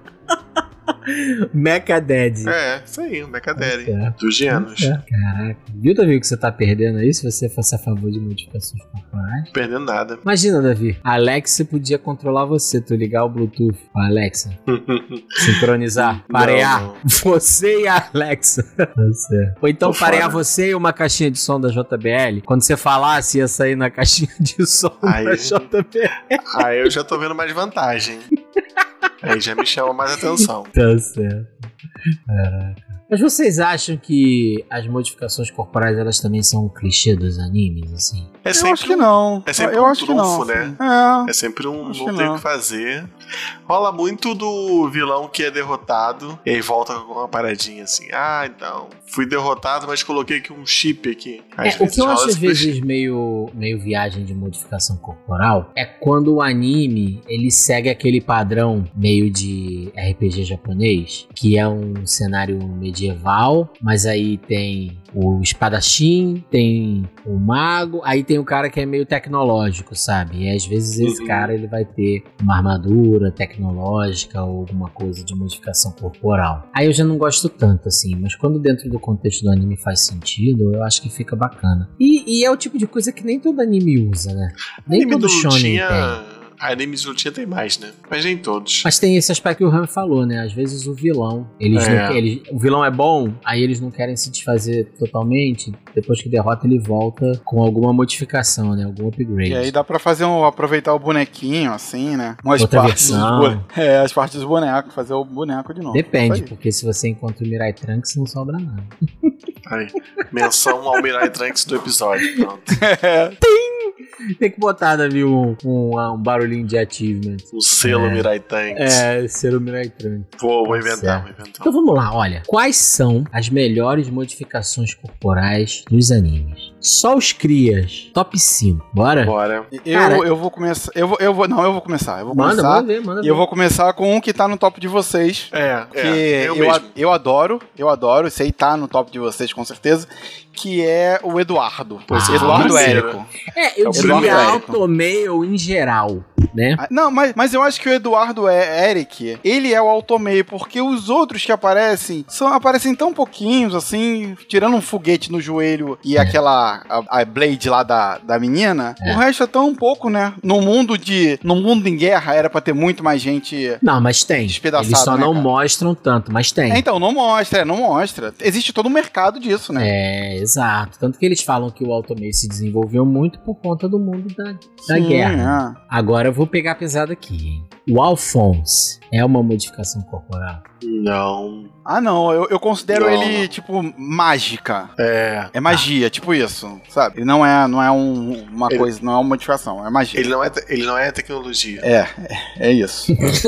Speaker 2: Mecha daddy.
Speaker 3: É, isso aí, o Mecadere.
Speaker 2: É.
Speaker 3: Dos Genos.
Speaker 2: É. Caraca. Viu, Davi, o que você tá perdendo aí se você fosse a favor de modificações corporais?
Speaker 3: Perdendo nada.
Speaker 2: Imagina, Davi, a Alexa podia controlar você, tu ligar o Bluetooth com a Alexa, sincronizar,
Speaker 3: Não,
Speaker 2: parear
Speaker 3: não.
Speaker 2: você e a Alexa. Tá certo. Ou então
Speaker 3: Tô
Speaker 2: parear
Speaker 3: fora.
Speaker 2: você e uma caixinha de som da J B L. Quando você falasse, ia sair na caixinha de som
Speaker 3: Aí-
Speaker 2: da J B L.
Speaker 3: Aí eu já tô vendo mais vantagem. Aí já me chama mais atenção.
Speaker 2: Tá certo. Caraca. Mas vocês acham que as modificações corporais elas também são um clichê dos animes, assim?
Speaker 3: É
Speaker 4: Eu
Speaker 3: sempre
Speaker 4: acho que
Speaker 3: um-
Speaker 4: não.
Speaker 3: é sempre
Speaker 4: eu
Speaker 3: um
Speaker 4: acho que não.
Speaker 3: trunfo, né?
Speaker 4: É.
Speaker 3: É sempre um
Speaker 4: Acho
Speaker 3: não
Speaker 4: que
Speaker 3: tem o
Speaker 4: não.
Speaker 3: que fazer. Rola muito do vilão que é derrotado e aí volta com uma paradinha assim. Ah, então, fui derrotado, mas coloquei aqui um chip aqui. Às
Speaker 2: É, o
Speaker 3: vezes
Speaker 2: que eu
Speaker 3: rola
Speaker 2: acho às
Speaker 3: esse
Speaker 2: vezes meio, meio viagem de modificação corporal é quando o anime ele segue aquele padrão meio de R P G japonês, que é um cenário medieval, mas aí tem o espadachim, tem o mago, aí tem o cara que é meio tecnológico, sabe? E às vezes esse
Speaker 3: Uhum.
Speaker 2: cara ele vai ter uma armadura tecnológica ou alguma coisa de modificação corporal. Aí eu já não gosto tanto assim, mas quando dentro do contexto do anime faz sentido, eu acho que fica bacana. E, e é o tipo de coisa que nem todo anime usa, né? Nem
Speaker 3: anime
Speaker 2: todo
Speaker 3: do
Speaker 2: shonen
Speaker 3: Lutinha-
Speaker 2: tem.
Speaker 3: Animes de lutinha tem mais, né? Mas nem todos.
Speaker 2: Mas tem esse aspecto que o Ram falou, né? Às vezes o vilão, eles
Speaker 3: É.
Speaker 2: não, eles, o vilão é bom, aí eles não querem se desfazer totalmente. Depois que derrota, ele volta com alguma modificação, né? Algum upgrade.
Speaker 4: E aí dá pra fazer um, aproveitar o bonequinho, assim, né? Umas
Speaker 2: Outra
Speaker 4: partes dos
Speaker 2: versão.
Speaker 4: bone- É, as partes dos bonecos, fazer o boneco de novo.
Speaker 2: Depende,
Speaker 4: Isso aí.
Speaker 2: porque se você encontra o Mirai Trunks, não sobra nada.
Speaker 3: Aí, menção ao Mirai Trunks do episódio. Pronto.
Speaker 2: Tem que botar, Davi, um, um, um barulhinho de achievement.
Speaker 3: O selo
Speaker 2: É.
Speaker 3: Mirai Trunks.
Speaker 2: É, ser o Mirai Trunks.
Speaker 3: Vou, vou inventar,
Speaker 2: Certo.
Speaker 3: vou inventar.
Speaker 2: Então vamos lá, olha. Quais são as melhores modificações corporais dos animes? Só os crias. Top cinco. Bora?
Speaker 3: Bora.
Speaker 4: Eu,
Speaker 2: Cara-
Speaker 4: eu vou começar. Eu vou, eu vou, não, eu vou começar. Eu vou
Speaker 2: Manda,
Speaker 4: começar.
Speaker 2: manda ver, manda
Speaker 4: E
Speaker 2: ver.
Speaker 4: eu vou começar com um que tá no top de vocês.
Speaker 3: É,
Speaker 4: Que
Speaker 3: é, eu,
Speaker 4: eu, a-
Speaker 3: mesmo.
Speaker 4: eu adoro, eu adoro, esse aí tá no top de vocês com certeza, que é o Eduardo.
Speaker 3: Pois
Speaker 2: é,
Speaker 4: Eduardo
Speaker 3: parceiro.
Speaker 4: Érico.
Speaker 2: É, eu
Speaker 3: É o
Speaker 2: diria
Speaker 3: primeiro.
Speaker 2: Automate em geral, né?
Speaker 4: Ah, Não, mas, mas eu acho que o Eduardo é Eric, ele é o Automei, porque os outros que aparecem são, aparecem tão pouquinhos, assim, tirando um foguete no joelho e
Speaker 2: É.
Speaker 4: aquela a, a Blade lá da, da menina,
Speaker 2: É.
Speaker 4: o resto é tão pouco, né? No mundo de. No mundo em guerra era pra ter muito mais gente.
Speaker 2: Não, mas tem.
Speaker 4: Despedaçado,
Speaker 2: Eles só
Speaker 4: né,
Speaker 2: não
Speaker 4: cara?
Speaker 2: mostram tanto, mas tem.
Speaker 4: É, então, não mostra, é, não mostra. Existe todo um mercado disso, né?
Speaker 2: É, exato. Tanto que eles falam que o Automate se desenvolveu muito por conta do mundo da, da
Speaker 4: Sim,
Speaker 2: guerra.
Speaker 4: é.
Speaker 2: Agora vou pegar pesado aqui, hein? O Alphonse é uma modificação corporal?
Speaker 3: Não.
Speaker 4: Ah, não, eu, eu considero
Speaker 3: Não,
Speaker 4: ele,
Speaker 3: não.
Speaker 4: tipo, mágica.
Speaker 3: É.
Speaker 4: É magia, tipo isso, sabe? Ele não é, não é um, uma
Speaker 3: Ele-
Speaker 4: coisa, não é uma modificação, é magia.
Speaker 3: Ele não é, te- ele não é tecnologia.
Speaker 4: É, é, é isso.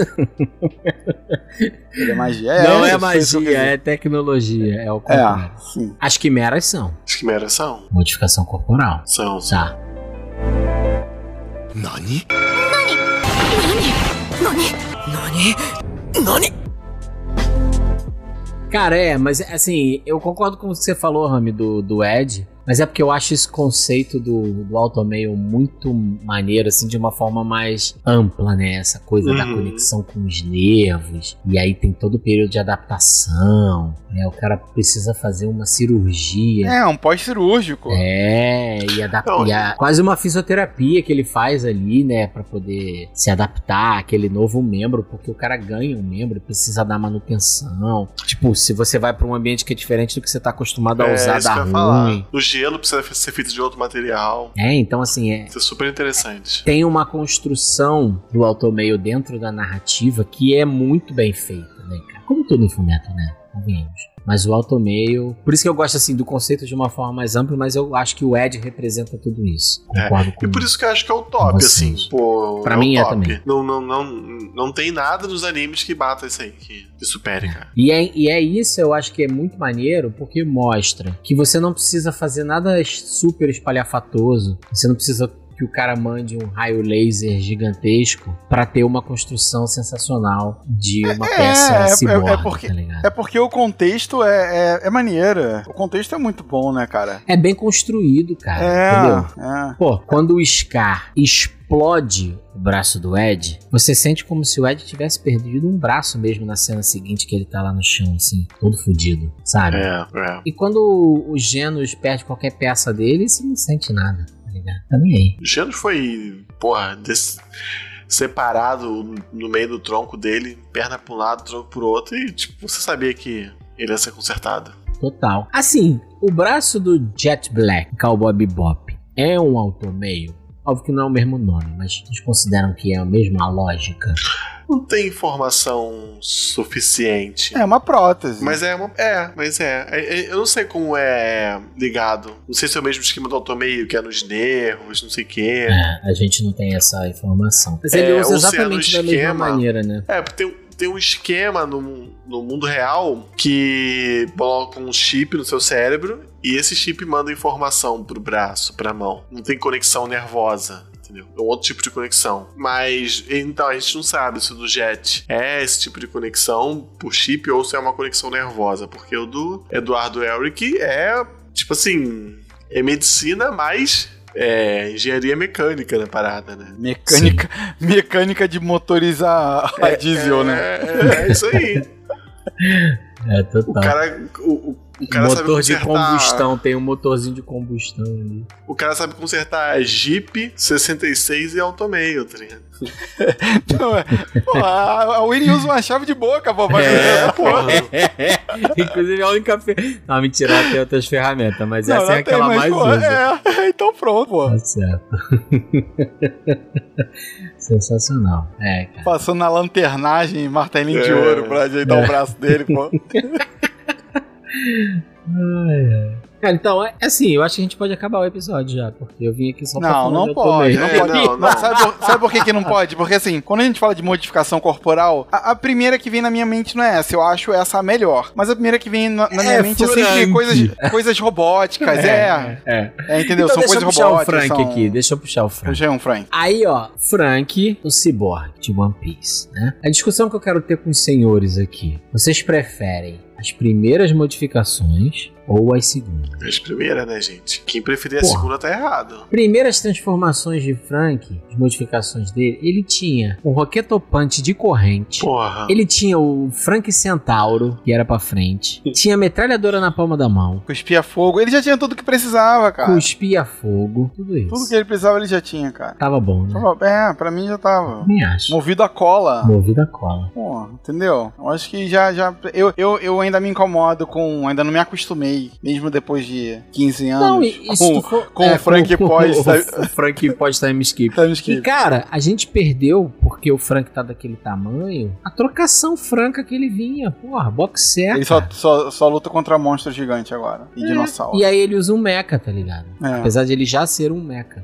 Speaker 4: Ele é magia. É,
Speaker 2: Não é,
Speaker 4: isso, foi isso que eu
Speaker 2: magia,
Speaker 4: quis
Speaker 2: é tecnologia. É o
Speaker 4: dizer.
Speaker 2: contrário.
Speaker 4: É, sim.
Speaker 2: As quimeras são
Speaker 3: As quimeras são?
Speaker 2: modificação corporal.
Speaker 3: São. são.
Speaker 2: Tá.
Speaker 6: Nani?
Speaker 2: Cara, é, mas assim, eu concordo com o que você falou, Rami, do, do Ed, mas é porque eu acho esse conceito do, do Automail muito maneiro, assim, de uma forma mais ampla, né? Essa coisa da
Speaker 3: Uhum.
Speaker 2: conexão com os nervos, e aí tem todo o período de adaptação, né? O cara precisa fazer uma cirurgia.
Speaker 4: É, um pós-cirúrgico.
Speaker 2: É, e, adap-
Speaker 3: Não,
Speaker 2: e a- quase uma fisioterapia que ele faz ali, né, pra poder se adaptar àquele novo membro, porque o cara ganha um membro e precisa dar manutenção. Tipo, se você vai pra um ambiente que é diferente do que você tá acostumado a
Speaker 3: É,
Speaker 2: usar,
Speaker 3: isso que eu
Speaker 2: dá
Speaker 3: ia falar.
Speaker 2: ruim.
Speaker 3: O gelo precisa ser feito de outro material.
Speaker 2: É, então assim, é,
Speaker 3: Isso é super interessante.
Speaker 2: tem uma construção do Automail dentro da narrativa que é muito bem feita, né, cara? Como tudo em Fullmetal, né? Convenhamos. Mas o Automail... Por isso que eu gosto, assim, do conceito de uma forma mais ampla, mas eu acho que o Ed representa tudo isso. Concordo com
Speaker 3: E por isso que eu acho que é o top,
Speaker 2: Com
Speaker 3: assim.
Speaker 2: vocês.
Speaker 3: Pô,
Speaker 2: Pra
Speaker 3: é
Speaker 2: mim
Speaker 3: o
Speaker 2: é
Speaker 3: top.
Speaker 2: também.
Speaker 3: Não, não, não, não tem nada nos animes que bata isso aí, que, que supere, cara.
Speaker 2: E é, e é isso, eu acho que é muito maneiro, porque mostra que você não precisa fazer nada super espalhafatoso, você não precisa que o cara mande um raio laser gigantesco pra ter uma construção sensacional de uma
Speaker 4: É,
Speaker 2: peça
Speaker 4: é,
Speaker 2: ciborgue,
Speaker 4: é, é porque-
Speaker 2: tá ligado?
Speaker 4: É porque o contexto é, é, é maneiro. O contexto é muito bom, né, cara?
Speaker 2: É bem construído, cara,
Speaker 4: É,
Speaker 2: entendeu?
Speaker 4: é.
Speaker 2: Pô, quando o Scar explode o braço do Ed, você sente como se o Ed tivesse perdido um braço mesmo na cena seguinte, que ele tá lá no chão, assim, todo fudido, sabe?
Speaker 3: É, é.
Speaker 2: E quando o Genos perde qualquer peça dele, você não sente nada, tá ligado? Tá nem aí.
Speaker 3: O Genos foi, porra, desse- separado no meio do tronco dele, perna pra um lado, tronco pro outro, e tipo, você sabia que ele ia ser consertado.
Speaker 2: Total. Assim, o braço do Jet Black, Cowboy Bebop, é um Automail? Óbvio que não é o mesmo nome, mas eles consideram que é a mesma lógica.
Speaker 3: Não tem informação suficiente.
Speaker 4: É uma prótese.
Speaker 3: Mas é uma. É, mas é. É, é. Eu não sei como é ligado. Não sei se é o mesmo esquema do Automail, que é nos nervos, não sei o quê.
Speaker 2: É, a gente não tem essa informação. Mas
Speaker 3: É,
Speaker 2: ele usa
Speaker 3: ou se é
Speaker 2: exatamente
Speaker 3: no
Speaker 2: da mesma
Speaker 3: esquema.
Speaker 2: maneira, né?
Speaker 3: É, porque tem, tem um esquema no, no mundo real que coloca um chip no seu cérebro e esse chip manda informação pro braço, pra mão. Não tem conexão nervosa. Entendeu? É um outro tipo de conexão. Mas, então, a gente não sabe se o do Jet é esse tipo de conexão por chip ou se é uma conexão nervosa. Porque o do Eduardo Elric é, tipo assim, é medicina mais é, engenharia mecânica na parada, né?
Speaker 4: Mecânica, mecânica de motorizar a diesel,
Speaker 3: é,
Speaker 4: né?
Speaker 3: É, é isso aí.
Speaker 2: É,
Speaker 3: O
Speaker 2: total.
Speaker 3: cara, o, o, o cara sabe
Speaker 2: Motor de
Speaker 3: consertar.
Speaker 2: combustão, tem um motorzinho de combustão ali.
Speaker 3: O cara sabe consertar Jeep sessenta e seis e Automail, tá ligado?
Speaker 4: Não, é- pô, a, a Winnie usa uma chave de boca, pô. Pra
Speaker 2: É,
Speaker 4: porra.
Speaker 2: Inclusive a única. Fe... Não, mentira, ela tem outras ferramentas, mas
Speaker 4: Não,
Speaker 2: essa é
Speaker 4: não
Speaker 2: a que
Speaker 4: tem,
Speaker 2: ela
Speaker 4: mas,
Speaker 2: mais
Speaker 4: pô,
Speaker 2: usa.
Speaker 4: É, então pronto, pô.
Speaker 2: Tá certo. Sensacional. É, cara.
Speaker 4: Passando na lanternagem, martelinho de
Speaker 3: É.
Speaker 4: ouro pra ajeitar o braço dele, pô.
Speaker 2: Cara, então, é assim, eu acho que a gente pode acabar o episódio já, porque eu vim aqui só pra
Speaker 4: Não,
Speaker 2: falar
Speaker 4: não
Speaker 2: de
Speaker 4: pode,
Speaker 2: Automail.
Speaker 4: não
Speaker 3: É,
Speaker 4: pode.
Speaker 3: não, não.
Speaker 4: Mas sabe, por, sabe por que, que não pode? Porque assim, quando a gente fala de modificação corporal, a, a primeira que vem na minha mente não é essa, eu acho essa a melhor. Mas a primeira que vem na, na minha
Speaker 2: É,
Speaker 4: mente é sempre
Speaker 2: Frank.
Speaker 4: coisas, coisas robóticas, é.
Speaker 2: É.
Speaker 4: É, entendeu?
Speaker 2: Então
Speaker 4: São
Speaker 2: deixa eu
Speaker 4: coisas
Speaker 2: puxar o
Speaker 4: robóticas.
Speaker 2: Frank
Speaker 4: são...
Speaker 2: aqui, deixa eu puxar o Frank.
Speaker 4: Puxa aí um Frank.
Speaker 2: Aí, ó, Frank, o Cyborg de One Piece, né? A discussão que eu quero ter com os senhores aqui. Vocês preferem as primeiras modificações ou as segundas?
Speaker 3: As primeiras, né, gente? Quem preferir a
Speaker 2: Porra.
Speaker 3: segunda tá errado.
Speaker 2: Primeiras transformações de Frank, as modificações dele, ele tinha o Roquetopante de corrente.
Speaker 3: Porra.
Speaker 2: Ele tinha o Frank Centauro, que era pra frente. Tinha a metralhadora na palma da mão.
Speaker 4: Cuspia fogo. Ele já tinha tudo que precisava, cara.
Speaker 2: Cuspia fogo. Tudo isso.
Speaker 4: Tudo que ele precisava ele já tinha, cara.
Speaker 2: Tava bom, né?
Speaker 4: É, pra mim já tava.
Speaker 2: Me acho.
Speaker 4: Movido a cola.
Speaker 2: Movido a cola.
Speaker 4: Pô, entendeu? Eu acho que já. já eu, eu, eu ainda me incomodo com... Ainda não me acostumei, mesmo depois de quinze anos,
Speaker 2: Não, e, e se
Speaker 4: com,
Speaker 2: tu for-
Speaker 4: com
Speaker 2: é,
Speaker 4: o Frank
Speaker 2: com-
Speaker 4: pós...
Speaker 2: o, o Frank pós time skip.
Speaker 4: Time
Speaker 2: E
Speaker 4: skip.
Speaker 2: cara, a gente perdeu porque o Frank tá daquele tamanho. A trocação franca que ele vinha, porra, boxer.
Speaker 4: Ele só, só, só luta contra monstro gigante agora. E
Speaker 2: É.
Speaker 4: dinossauro.
Speaker 2: E aí ele usa um mecha, tá ligado?
Speaker 4: É.
Speaker 2: Apesar de ele já ser um mecha.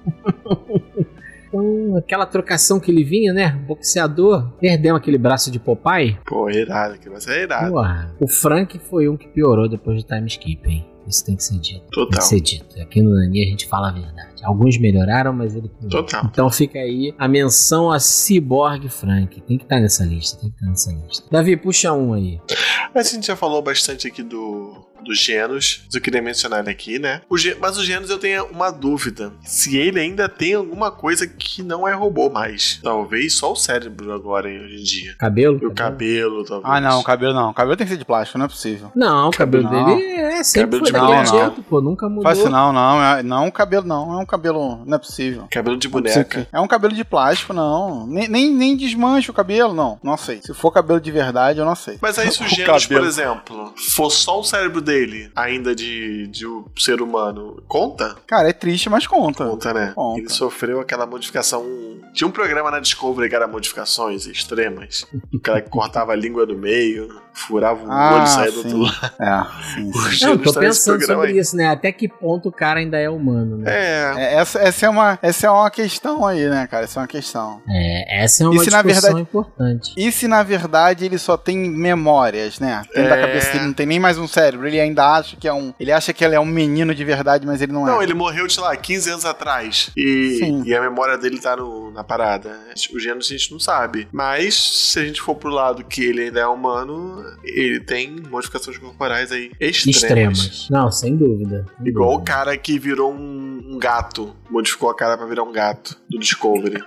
Speaker 2: Então, aquela trocação que ele vinha, né? Boxeador, perdemos aquele braço de Popeye.
Speaker 3: Pô, irado, que vai ser irado.
Speaker 2: Porra, o Frank foi um que piorou depois do time skip, hein? Isso tem que ser dito. Tem
Speaker 3: Total.
Speaker 2: que ser dito. Aqui no Nani a gente fala a verdade. Alguns melhoraram, mas ele piorou.
Speaker 3: Total.
Speaker 2: Então fica aí a menção a Cyborg Frank. Tem que estar nessa lista, tem que estar nessa lista. Davi, puxa um aí.
Speaker 3: A gente já falou bastante aqui do, dos Genos, mas eu queria mencionar ele aqui, né? O Gen- mas o Genos eu tenho uma dúvida. Se ele ainda tem alguma coisa que não é robô mais. Talvez só o cérebro agora, hoje em dia.
Speaker 2: Cabelo?
Speaker 3: E o cabelo, talvez.
Speaker 4: Ah, não, o cabelo não. O cabelo tem que ser de plástico, não é possível.
Speaker 2: Não, o cabelo
Speaker 4: Cabelo
Speaker 2: dele é sempre
Speaker 3: Cabelo
Speaker 2: foi
Speaker 3: de
Speaker 2: daquele
Speaker 4: boneca.
Speaker 2: jeito, pô. Nunca mudou.
Speaker 4: Faz isso não, não. É, não é um cabelo, não. É um cabelo. Não é possível.
Speaker 3: Cabelo de
Speaker 4: Não é possível
Speaker 3: boneca.
Speaker 4: que- É um cabelo de plástico, não. Nem, nem, nem desmancha o cabelo, não. Não sei. Se for cabelo de verdade, eu não sei.
Speaker 3: Mas aí se o
Speaker 4: O
Speaker 3: Genos, por
Speaker 4: cabelo.
Speaker 3: exemplo, for só o cérebro dele, ainda de, de um ser humano, conta?
Speaker 4: Cara, é triste, mas conta.
Speaker 3: Conta, né?
Speaker 4: Conta.
Speaker 3: Ele sofreu aquela modificação. Tinha um programa na Discovery que era modificações extremas. O cara que cortava a língua no meio, furava o
Speaker 4: Ah,
Speaker 3: olho e saía do
Speaker 4: sim.
Speaker 3: outro lado.
Speaker 4: É, sim, sim.
Speaker 3: O
Speaker 2: Não,
Speaker 3: Genos
Speaker 2: tô
Speaker 3: tá nesse
Speaker 2: pensando
Speaker 3: programa
Speaker 2: sobre
Speaker 3: aí.
Speaker 2: isso, né? Até que ponto o cara ainda é humano, né?
Speaker 3: É.
Speaker 4: É, essa, essa, é uma, essa é uma questão aí, né, cara? Essa é uma questão.
Speaker 2: É, essa é uma
Speaker 4: E se, na
Speaker 2: discussão
Speaker 4: verdade-
Speaker 2: importante.
Speaker 4: E se na verdade ele só tem memórias, né? Dentro da
Speaker 3: É.
Speaker 4: cabeça dele não tem nem mais um cérebro. Ele ainda acha que é um. Ele acha que ele é um menino de verdade, mas ele não é.
Speaker 3: Não, ele morreu, sei lá, quinze anos atrás. E,
Speaker 4: Sim.
Speaker 3: e a memória dele tá no- na parada. O Genos a gente não sabe. Mas, se a gente for pro lado que ele ainda é humano, ele tem modificações corporais aí extremas.
Speaker 2: Extremas. Não, sem dúvida. sem
Speaker 3: Igual o
Speaker 2: dúvida.
Speaker 3: cara que virou um, um gato. Modificou a cara pra virar um gato. Do Discovery.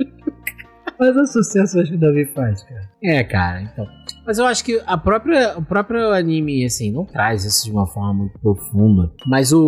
Speaker 2: Mas o sucesso acho que o Davi faz, cara. É, cara, então. Mas eu acho que a própria, o próprio anime, assim, não traz isso de uma forma muito profunda. Mas o,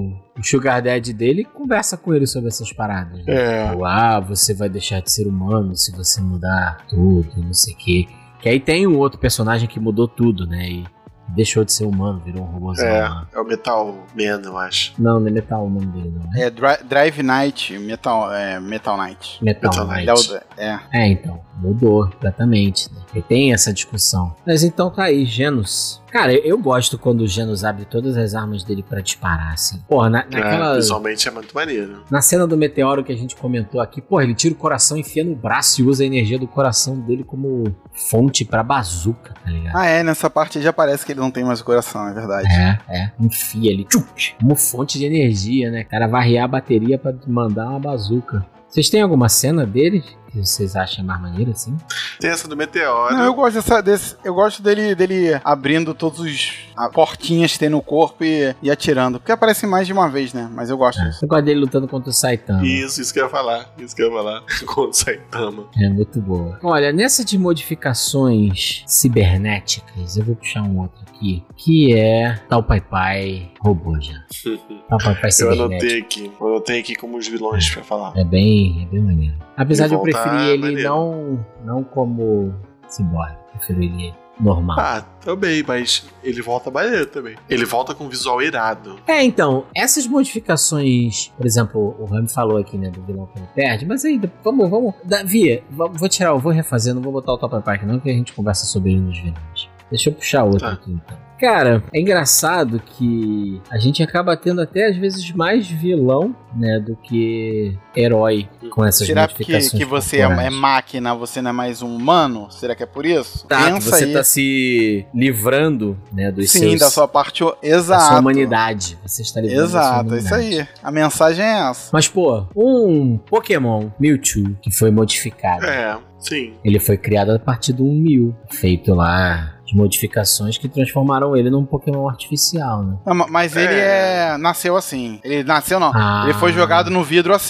Speaker 2: o Sugar Daddy dele conversa com ele sobre essas paradas. Né?
Speaker 3: É.
Speaker 2: Tipo, ah, você vai deixar de ser humano se você mudar tudo, não sei o quê. Que aí tem um outro personagem que mudou tudo, né? E deixou de ser humano, virou um robôzão lá.
Speaker 3: É, é o Metal Man, eu acho.
Speaker 2: Não, não é Metal o nome dele, não.
Speaker 4: É Dri- Drive Night, Metal, é, Metal Knight.
Speaker 2: Metal,
Speaker 3: Metal
Speaker 2: Knight.
Speaker 4: Ele é, o, é.
Speaker 2: É, então, mudou completamente, né? E tem essa discussão. Mas então tá aí, Genos. Cara, eu, eu gosto quando o Genos abre todas as armas dele pra disparar, assim. Porra, na, naquela...
Speaker 3: É, visualmente é muito maneiro.
Speaker 2: Na cena do meteoro que a gente comentou aqui, porra, ele tira o coração, enfia no braço e usa a energia do coração dele como fonte pra bazuca, tá ligado?
Speaker 4: Ah, é, nessa parte já parece que ele não tem mais o coração, é verdade.
Speaker 2: É, é. Enfia ali, tchuk, como fonte de energia, né? O cara varrear a bateria pra mandar uma bazuca. Vocês têm alguma cena dele que vocês acham mais maneira, assim?
Speaker 3: Tem essa do Meteoro.
Speaker 4: Não, eu gosto dessa, desse, eu gosto dele, dele abrindo todos os a, portinhas que tem no corpo e, e atirando. Porque aparece mais de uma vez, né? Mas eu gosto disso.
Speaker 2: Eu gosto dele lutando contra o Saitama.
Speaker 3: Isso, isso que eu ia falar. Isso que eu ia falar. Contra o Saitama.
Speaker 2: É muito boa. Olha, nessa de modificações cibernéticas, eu vou puxar um outro aqui, que é Tal Pai Pai robô já. Tal Pai Pai
Speaker 3: Eu
Speaker 2: cibernético.
Speaker 3: anotei aqui. Eu anotei aqui como os vilões pra falar.
Speaker 2: É bem, é bem maneiro. Apesar
Speaker 3: E
Speaker 2: de eu
Speaker 3: voltar
Speaker 2: preferir ele
Speaker 3: maneiro.
Speaker 2: não, não como cyborg, eu prefiro ele normal.
Speaker 3: Ah, também, mas ele volta maneiro também. Ele volta com visual irado.
Speaker 2: É, então, essas modificações, por exemplo, o Rami falou aqui, né, do vilão que ele perde, mas ainda, vamos, vamos, Davi, vamos- vou tirar, eu vou refazer, não vou botar o Top Park não, que a gente conversa sobre ele nos vilões. Deixa eu puxar outro
Speaker 3: Tá.
Speaker 2: aqui, então. Cara, é engraçado que a gente acaba tendo até às vezes mais vilão, né, do que herói com essas
Speaker 4: Será que,
Speaker 2: modificações
Speaker 4: que você é, é
Speaker 2: corporais.
Speaker 4: máquina, você não é mais um humano? Será que é por isso?
Speaker 2: Tá, que
Speaker 4: Pensa
Speaker 2: você
Speaker 4: aí.
Speaker 2: tá se livrando, né, dos
Speaker 4: Sim,
Speaker 2: seus,
Speaker 4: da sua parte.
Speaker 2: da
Speaker 4: Exato.
Speaker 2: sua humanidade. Você está livrando da sua
Speaker 4: Exato, é isso
Speaker 2: humanidade.
Speaker 4: aí. A mensagem é essa.
Speaker 2: Mas, pô, um Pokémon Mewtwo que foi modificado.
Speaker 3: É, sim.
Speaker 2: Ele foi criado a partir de um Mew, feito lá de modificações que transformaram ele num Pokémon artificial, né?
Speaker 4: Não, ma- mas ele é. nasceu assim. Ele nasceu não.
Speaker 2: Ah.
Speaker 4: Ele foi jogado no vidro assim.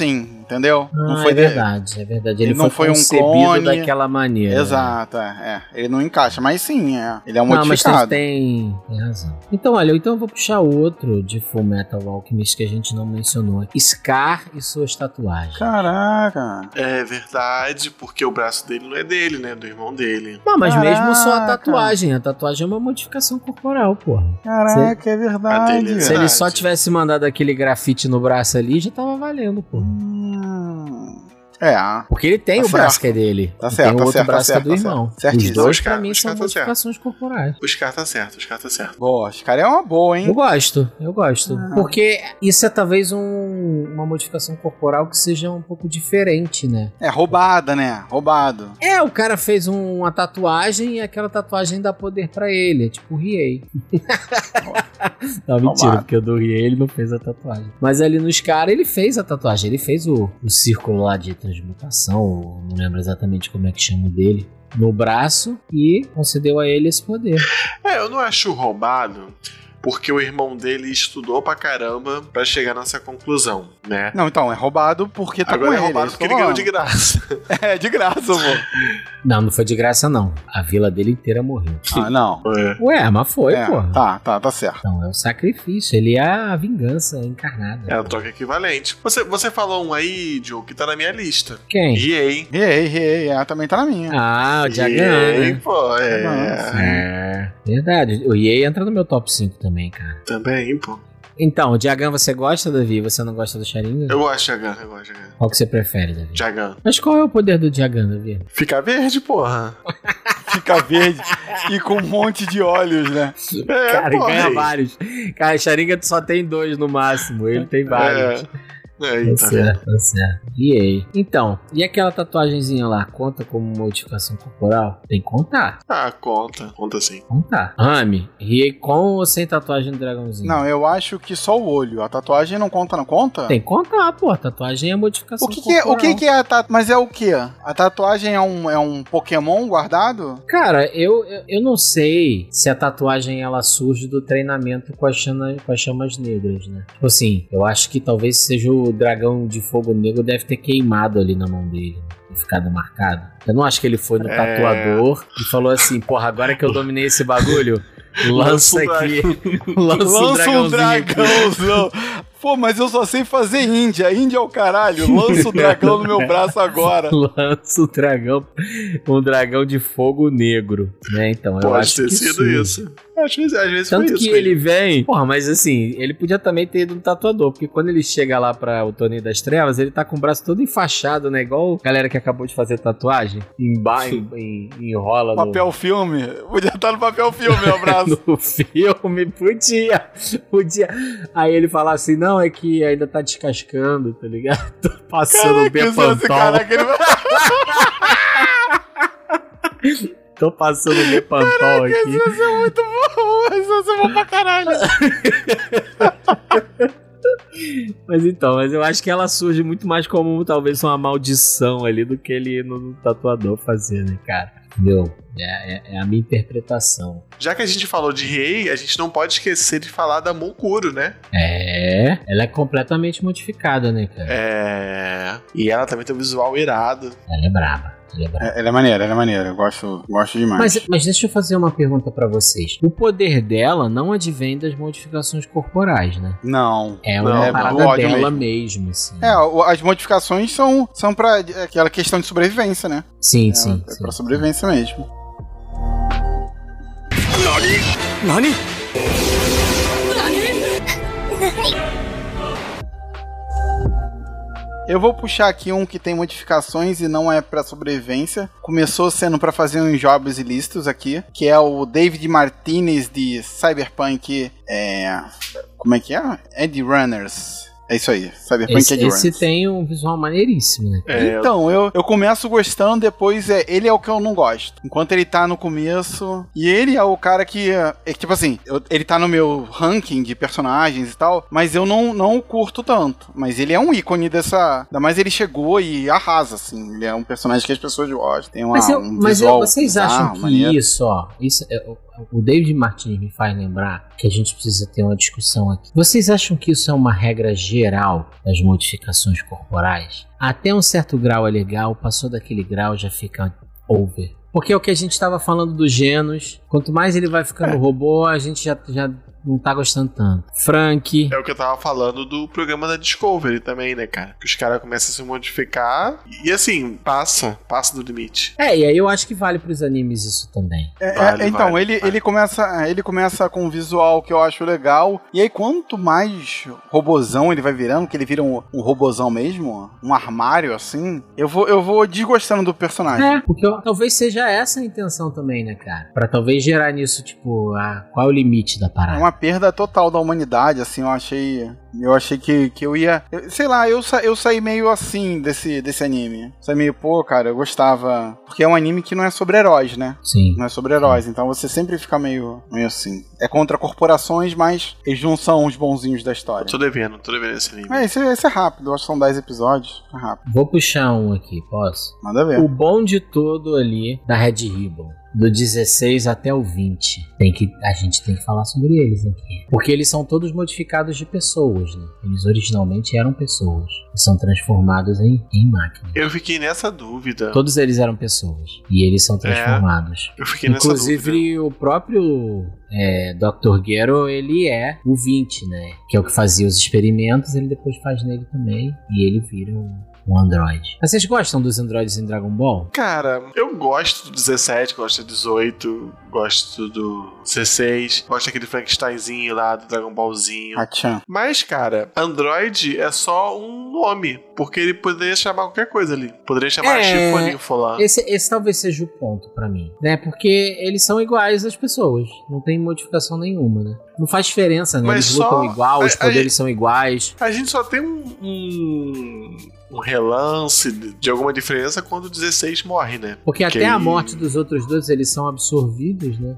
Speaker 4: entendeu?
Speaker 2: Ah,
Speaker 4: não foi
Speaker 2: é
Speaker 4: de-
Speaker 2: verdade, é verdade. Ele,
Speaker 4: Ele não
Speaker 2: foi,
Speaker 4: foi um
Speaker 2: concebido
Speaker 4: clone.
Speaker 2: daquela maneira.
Speaker 4: Exato, é, é. Ele não encaixa, mas sim, é. Ele é um
Speaker 2: Não, mas
Speaker 4: modificado.
Speaker 2: tem, tem razão. Então, olha, então eu vou puxar outro de Full Metal Alchemist que a gente não mencionou. Scar e suas tatuagens.
Speaker 4: Caraca.
Speaker 3: É verdade, porque o braço dele não é dele, né? Do irmão dele.
Speaker 2: Não, mas
Speaker 4: Caraca.
Speaker 2: mesmo só a tatuagem. A tatuagem é uma modificação corporal, porra.
Speaker 4: Caraca, é
Speaker 3: A
Speaker 4: verdade.
Speaker 3: dele é
Speaker 2: Se ele só
Speaker 3: verdade.
Speaker 2: tivesse mandado aquele grafite no braço ali, já tava valendo, porra.
Speaker 4: Hum. É,
Speaker 2: Porque ele tem
Speaker 4: Tá
Speaker 2: o braço
Speaker 4: certo.
Speaker 2: que é dele.
Speaker 4: Tá
Speaker 2: E
Speaker 4: certo,
Speaker 2: tem o
Speaker 4: tá
Speaker 2: outro
Speaker 4: certo, tá
Speaker 2: braço
Speaker 4: certo,
Speaker 2: que é do
Speaker 4: tá
Speaker 2: irmão.
Speaker 4: certo. Certíssimo.
Speaker 2: Os dois,
Speaker 3: Os
Speaker 2: pra
Speaker 3: caras-
Speaker 2: mim,
Speaker 3: os
Speaker 2: são
Speaker 3: caras tá
Speaker 2: modificações corporais.
Speaker 3: Os caras tá certo, os caras tá certo.
Speaker 4: boa, esse cara é uma boa, hein?
Speaker 2: Eu gosto, eu gosto.
Speaker 4: Ah.
Speaker 2: Porque isso é talvez um- uma modificação corporal que seja um pouco diferente, né?
Speaker 4: É roubada, né? Roubado.
Speaker 2: É, o cara fez um- uma tatuagem e aquela tatuagem dá poder pra ele. É tipo o Riei. Não, mentira,
Speaker 4: Roubado.
Speaker 2: porque o do Riei ele não fez a tatuagem. Mas ali nos caras ele fez a tatuagem. Ele fez o, o círculo lá de transmutação, não lembro exatamente como é que chama o dele, no braço e concedeu a ele esse poder.
Speaker 3: É, eu não acho roubado, porque o irmão dele estudou pra caramba pra chegar nessa conclusão, né?
Speaker 4: Não, então, é roubado porque tá
Speaker 3: Agora
Speaker 4: com
Speaker 3: é
Speaker 4: ele.
Speaker 3: roubado
Speaker 4: isso
Speaker 3: porque
Speaker 4: que eu
Speaker 3: ele ganhou
Speaker 4: tô
Speaker 3: de graça.
Speaker 4: falando. É, de graça, pô.
Speaker 2: Não, não foi de graça não. A vila dele inteira morreu.
Speaker 4: Ah, não.
Speaker 3: É.
Speaker 2: Ué, mas foi,
Speaker 4: É,
Speaker 2: porra.
Speaker 4: tá, tá, tá certo.
Speaker 2: Então, é o sacrifício. Ele é a vingança encarnada.
Speaker 3: É a troca equivalente. Você, você falou um aí, Joe, que tá na minha lista.
Speaker 2: Quem?
Speaker 3: E aí?
Speaker 4: Riei, riei, é, também tá na minha.
Speaker 2: Ah, o Jagan,
Speaker 3: E aí,
Speaker 2: né?
Speaker 3: pô, é.
Speaker 2: É, verdade. O Yei entra no meu top cinco também, cara.
Speaker 3: Também, pô.
Speaker 2: Então, o Jagan você gosta, Davi? Você não gosta do Sharingan?
Speaker 3: Eu gosto de Jagan, eu gosto de Jagan.
Speaker 2: Qual que você prefere, Davi?
Speaker 3: Jagan.
Speaker 2: Mas qual é o poder do Jagan, Davi?
Speaker 3: Fica verde, porra.
Speaker 4: Fica verde e com um monte de olhos, né?
Speaker 3: É,
Speaker 2: Cara, ele
Speaker 3: porra,
Speaker 2: ganha
Speaker 3: aí.
Speaker 2: vários. Cara, Sharingan só tem dois no máximo. Ele tem vários.
Speaker 3: É. Aí,
Speaker 2: Tá
Speaker 3: tá vendo?
Speaker 2: certo, tá certo. E aí? Então, e aquela tatuagenzinha lá, conta como modificação corporal? Tem que contar.
Speaker 3: Ah, conta. Conta sim.
Speaker 2: Contar. Rami, Riei com ou sem tatuagem do dragãozinho?
Speaker 4: Não, eu acho que só o olho. A tatuagem não conta, não conta?
Speaker 2: Tem que contar, pô. Tatuagem é modificação
Speaker 4: O que, que é, o
Speaker 2: corporal.
Speaker 4: que, que é a tatuagem? Mas é o que? A tatuagem é um, é um Pokémon guardado?
Speaker 2: Cara, eu, eu, eu não sei se a tatuagem ela surge do treinamento com as, chama, com as chamas negras, né? Tipo assim, eu acho que talvez seja o dragão de fogo negro deve ter queimado ali na mão dele, né? E ficado marcado. Eu não acho que ele foi no
Speaker 3: É.
Speaker 2: tatuador e falou assim, porra, agora que eu dominei esse bagulho, lança
Speaker 3: Lança um
Speaker 2: aqui, lança, um
Speaker 4: Lança um
Speaker 2: dragãozinho aqui.
Speaker 4: dragãozão. Pô, mas eu só sei fazer Índia. Índia é o caralho. Lança o dragão no meu braço agora.
Speaker 2: Lança o dragão, um dragão de fogo negro, né? Então, eu
Speaker 3: Pode
Speaker 2: acho
Speaker 3: ter
Speaker 2: que
Speaker 3: sido
Speaker 2: surge.
Speaker 3: isso. Às vezes, às vezes
Speaker 2: Tanto
Speaker 3: foi
Speaker 2: que
Speaker 3: isso.
Speaker 2: ele
Speaker 3: mesmo.
Speaker 2: vem. Porra, mas assim, ele podia também ter ido no tatuador. Porque quando ele chega lá pra o Torneio das Trevas, ele tá com o braço todo enfaixado, né? Igual a galera que acabou de fazer tatuagem. Emba em, em, enrola no,
Speaker 4: Papel filme. Podia estar no papel filme, meu braço.
Speaker 2: no filme. Podia. Podia. Aí ele fala assim: não, é que ainda tá descascando, tá ligado? Tô passando o
Speaker 4: Caraca, esse
Speaker 2: Bepantol.
Speaker 4: caraca, ele vai...
Speaker 2: Tô passando o Bepantol aqui.
Speaker 4: Isso vai ser muito bom. Isso vai ser bom pra caralho.
Speaker 2: Mas então, mas eu acho que ela surge muito mais como talvez uma maldição ali do que ele ir no tatuador fazer, né, cara? Entendeu? É, é, é a minha interpretação.
Speaker 3: Já que a gente falou de Riei, a gente não pode esquecer de falar da Monkuro, né?
Speaker 2: É, ela é completamente modificada, né, cara?
Speaker 3: É. E ela também tem um visual irado.
Speaker 2: Ela é braba. Ela é braba.
Speaker 4: É, ela é maneira, ela é maneira. Eu gosto, gosto demais.
Speaker 2: Mas, mas deixa eu fazer uma pergunta pra vocês. O poder dela não advém das modificações corporais, né?
Speaker 4: Não.
Speaker 2: É uma
Speaker 3: Não, é
Speaker 2: parada
Speaker 4: do ódio
Speaker 2: dela
Speaker 4: mesmo.
Speaker 2: mesmo, assim.
Speaker 4: É, o- as modificações são, são pra aquela questão de sobrevivência, né?
Speaker 2: Sim,
Speaker 4: É,
Speaker 2: sim.
Speaker 4: é
Speaker 2: sim.
Speaker 4: pra sobrevivência mesmo. Eu vou puxar aqui um que tem modificações e não é pra sobrevivência. Começou sendo pra fazer uns jobs ilícitos aqui, que é o David Martinez de Cyberpunk. É, como é que é? Edge Runners. É isso aí, Cyberpunk
Speaker 2: Esse,
Speaker 4: Edge
Speaker 2: esse
Speaker 4: Runners.
Speaker 2: tem um visual maneiríssimo, né?
Speaker 3: É,
Speaker 4: Então, eu, eu começo gostando, depois é, ele é o que eu não gosto. Enquanto ele tá no começo. E ele é o cara que. É, é tipo assim, eu- ele tá no meu ranking de personagens e tal, mas eu não, não o curto tanto. Mas ele é um ícone dessa. Ainda mais ele chegou e arrasa, assim. Ele é um personagem que as pessoas gostam. Tem uma,
Speaker 2: Mas, eu,
Speaker 4: um
Speaker 2: mas eu-
Speaker 4: visual
Speaker 2: vocês
Speaker 4: bizarro,
Speaker 2: acham que
Speaker 4: maneiro.
Speaker 2: isso, ó, isso é, o David Martins me faz lembrar que a gente precisa ter uma discussão aqui. Vocês acham que isso é uma regra geral das modificações corporais? Até um certo grau é legal, passou daquele grau já fica over. Porque é o que a gente estava falando do Genos. Quanto mais ele vai ficando
Speaker 3: é.
Speaker 2: robô, a gente já, já não tá gostando tanto. Frank.
Speaker 3: É o que eu tava falando do programa da Discovery também, né, cara? Que os caras começam a se modificar e, assim, passa, passa do limite.
Speaker 2: É, e aí eu acho que vale pros animes isso também.
Speaker 4: É,
Speaker 3: Vale,
Speaker 4: é, então,
Speaker 3: vale,
Speaker 4: ele,
Speaker 3: vale.
Speaker 4: ele, começa, ele começa com um visual que eu acho legal. E aí, quanto mais robozão ele vai virando, que ele vira um, um robozão mesmo, um armário assim, eu vou, eu vou desgostando do personagem.
Speaker 2: É, porque eu- talvez seja essa a intenção também, né, cara? Pra talvez gerar nisso, tipo, a, qual é o limite da
Speaker 4: É
Speaker 2: parada?
Speaker 4: uma perda total da humanidade, assim, eu achei. Eu achei que, que eu ia. eu- sei lá, eu, sa, eu saí meio assim desse, desse anime. Saí meio, pô, cara, eu gostava. Porque é um anime que não é sobre heróis, né?
Speaker 2: Sim.
Speaker 4: Não é sobre heróis, então você sempre fica meio, meio assim. É contra corporações, mas eles não são os bonzinhos da história.
Speaker 3: Tô devendo, tô devendo esse anime.
Speaker 4: É, esse, esse é rápido, eu acho que são dez episódios. É rápido.
Speaker 2: Vou puxar um aqui, posso?
Speaker 4: Manda ver.
Speaker 2: O bom de todo ali da Red Ribbon, do dezesseis até o vinte, tem que, a gente tem que falar sobre eles aqui. Porque eles são todos modificados de pessoas, né? Eles originalmente eram pessoas e são transformados em, em máquinas.
Speaker 3: Eu fiquei nessa dúvida.
Speaker 2: Todos eles eram pessoas e eles são transformados.
Speaker 3: Eu fiquei nessa dúvida.
Speaker 2: Inclusive o próprio é, doutor Gero, ele é o vinte, né? Que é o que fazia os experimentos, ele depois faz nele também e ele vira um, um androide. Mas vocês gostam dos androides em Dragon Ball?
Speaker 3: Cara, eu gosto do dezessete, gosto do dezoito, gosto do dezesseis, gosto daquele Frankensteinzinho lá, do Dragon Ballzinho.
Speaker 4: Hachan.
Speaker 3: Mas, cara, Android é só um nome, porque ele poderia chamar qualquer coisa ali. Poderia chamar
Speaker 2: É,
Speaker 3: Chifoninfo lá.
Speaker 2: Esse, esse talvez seja o ponto pra mim, né? Porque eles são iguais às pessoas, não tem modificação nenhuma, né? Não faz diferença, né?
Speaker 3: Mas
Speaker 2: Eles
Speaker 3: só-
Speaker 2: lutam igual, os
Speaker 3: a- a
Speaker 2: poderes
Speaker 3: gente-
Speaker 2: são iguais.
Speaker 3: A gente só tem um, um, um relance de, de alguma diferença quando o dezesseis morre, né?
Speaker 2: Porque até
Speaker 3: Que
Speaker 2: a
Speaker 3: aí-
Speaker 2: morte dos outros dois, eles são absorvidos, né?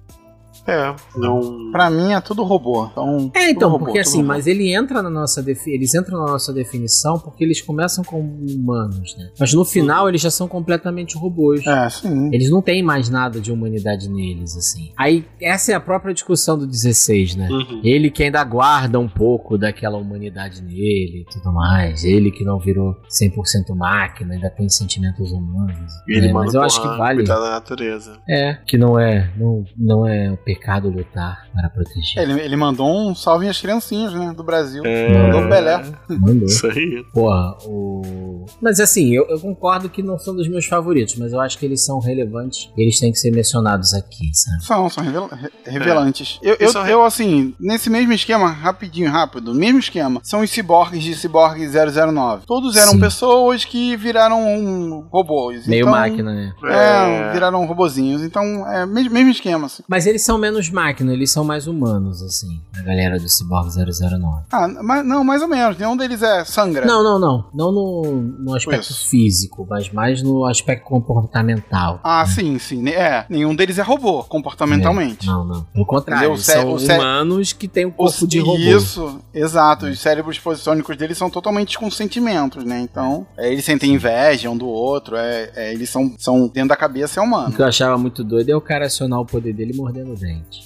Speaker 3: É, não...
Speaker 4: Pra mim é tudo robô. Então,
Speaker 2: É,
Speaker 4: tudo
Speaker 2: então,
Speaker 4: robô,
Speaker 2: porque
Speaker 4: tudo
Speaker 2: assim,
Speaker 4: robô.
Speaker 2: mas ele entra na nossa defi- eles entram na nossa definição porque eles começam como humanos, né? Mas no final eles já são completamente robôs.
Speaker 4: É, sim.
Speaker 2: Eles não têm mais nada de humanidade neles, assim. Aí, essa é a própria discussão do dezesseis, né?
Speaker 3: Uhum.
Speaker 2: Ele que ainda guarda um pouco daquela humanidade nele e tudo mais. Ele que não virou cem por cento máquina, ainda tem sentimentos humanos.
Speaker 3: E ele
Speaker 2: né?
Speaker 3: manda
Speaker 2: Mas eu
Speaker 3: o
Speaker 2: acho que
Speaker 3: Gohan
Speaker 2: vale.
Speaker 3: cuidar da natureza.
Speaker 2: É, que não é, não, não é um pecado lutar para proteger.
Speaker 4: Ele, ele mandou um salve às criancinhas, né? Do Brasil.
Speaker 3: É.
Speaker 4: Mandou o Pelé.
Speaker 2: Mandou.
Speaker 3: Isso aí.
Speaker 2: Porra, o... Mas assim, eu, eu concordo que não são dos meus favoritos, mas eu acho que eles são relevantes e eles têm que ser mencionados aqui, sabe?
Speaker 4: São, são revela- re- revelantes. Eu, eu,
Speaker 3: Eles são re-
Speaker 4: eu, assim, nesse mesmo esquema, rapidinho, rápido, mesmo esquema, são os ciborgues de Cyborg zero zero nove. Todos eram
Speaker 2: Sim.
Speaker 4: pessoas que viraram um robôs.
Speaker 2: Meio
Speaker 4: então,
Speaker 2: máquina, né?
Speaker 4: É, viraram robozinhos. Então, é mesmo, mesmo esquema, assim.
Speaker 2: Mas eles são menos máquina, eles são mais humanos, assim, a galera do Cyborg zero zero nove.
Speaker 4: Ah, mas, não, mais ou menos. Nenhum deles é sangra.
Speaker 2: Não, não, não. Não no, no aspecto
Speaker 4: Isso.
Speaker 2: físico, mas mais no aspecto comportamental.
Speaker 4: Ah, sim, sim. É, nenhum deles é robô, comportamentalmente.
Speaker 2: Não, não. Pelo contrário,
Speaker 4: Entendeu?
Speaker 2: eles
Speaker 4: O cé-
Speaker 2: são
Speaker 4: o cé-
Speaker 2: humanos que têm um corpo
Speaker 4: Os-
Speaker 2: de robô.
Speaker 4: Isso, exato. Os cérebros posiçônicos deles são totalmente com sentimentos, né? Então, é, eles sentem inveja um do outro, é, é, eles são, são dentro da cabeça é
Speaker 2: O
Speaker 4: humano.
Speaker 2: que eu achava muito doido é o cara acionar o poder dele mordendo o dente.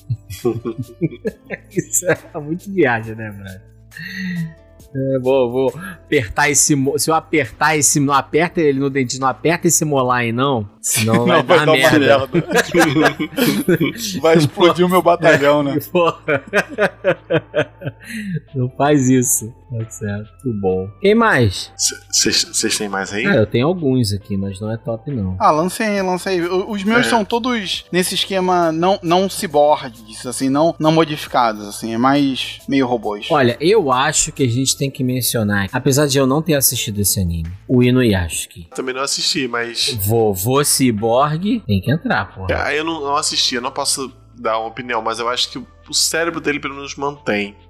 Speaker 2: Isso é muito viagem, né, brother? É, vou, vou apertar esse. mo- Se eu apertar esse. Não aperta ele no dente, não aperta esse molar aí, não. Senão vai, dar
Speaker 4: uma
Speaker 2: merda.
Speaker 4: Vai explodir o meu batalhão, né?
Speaker 2: Porra. Não faz isso. Tá certo. Muito bom. Quem mais?
Speaker 3: Vocês têm mais aí?
Speaker 2: Ah, eu tenho alguns aqui, mas não é top, não.
Speaker 4: Ah, lancei aí, lancei aí. O- Os meus
Speaker 3: É.
Speaker 4: são todos nesse esquema não, não ciborgues, assim, não, não modificados, assim, é mais meio robôs.
Speaker 2: Olha, eu acho que a gente tem que mencionar, apesar de eu não ter assistido esse anime, o Inuyashiki.
Speaker 3: Também não assisti, mas...
Speaker 2: Vovô Cyborg tem que entrar, porra.
Speaker 3: Ah, eu não, não assisti, eu não posso dar uma opinião, mas eu acho que o cérebro dele pelo menos mantém.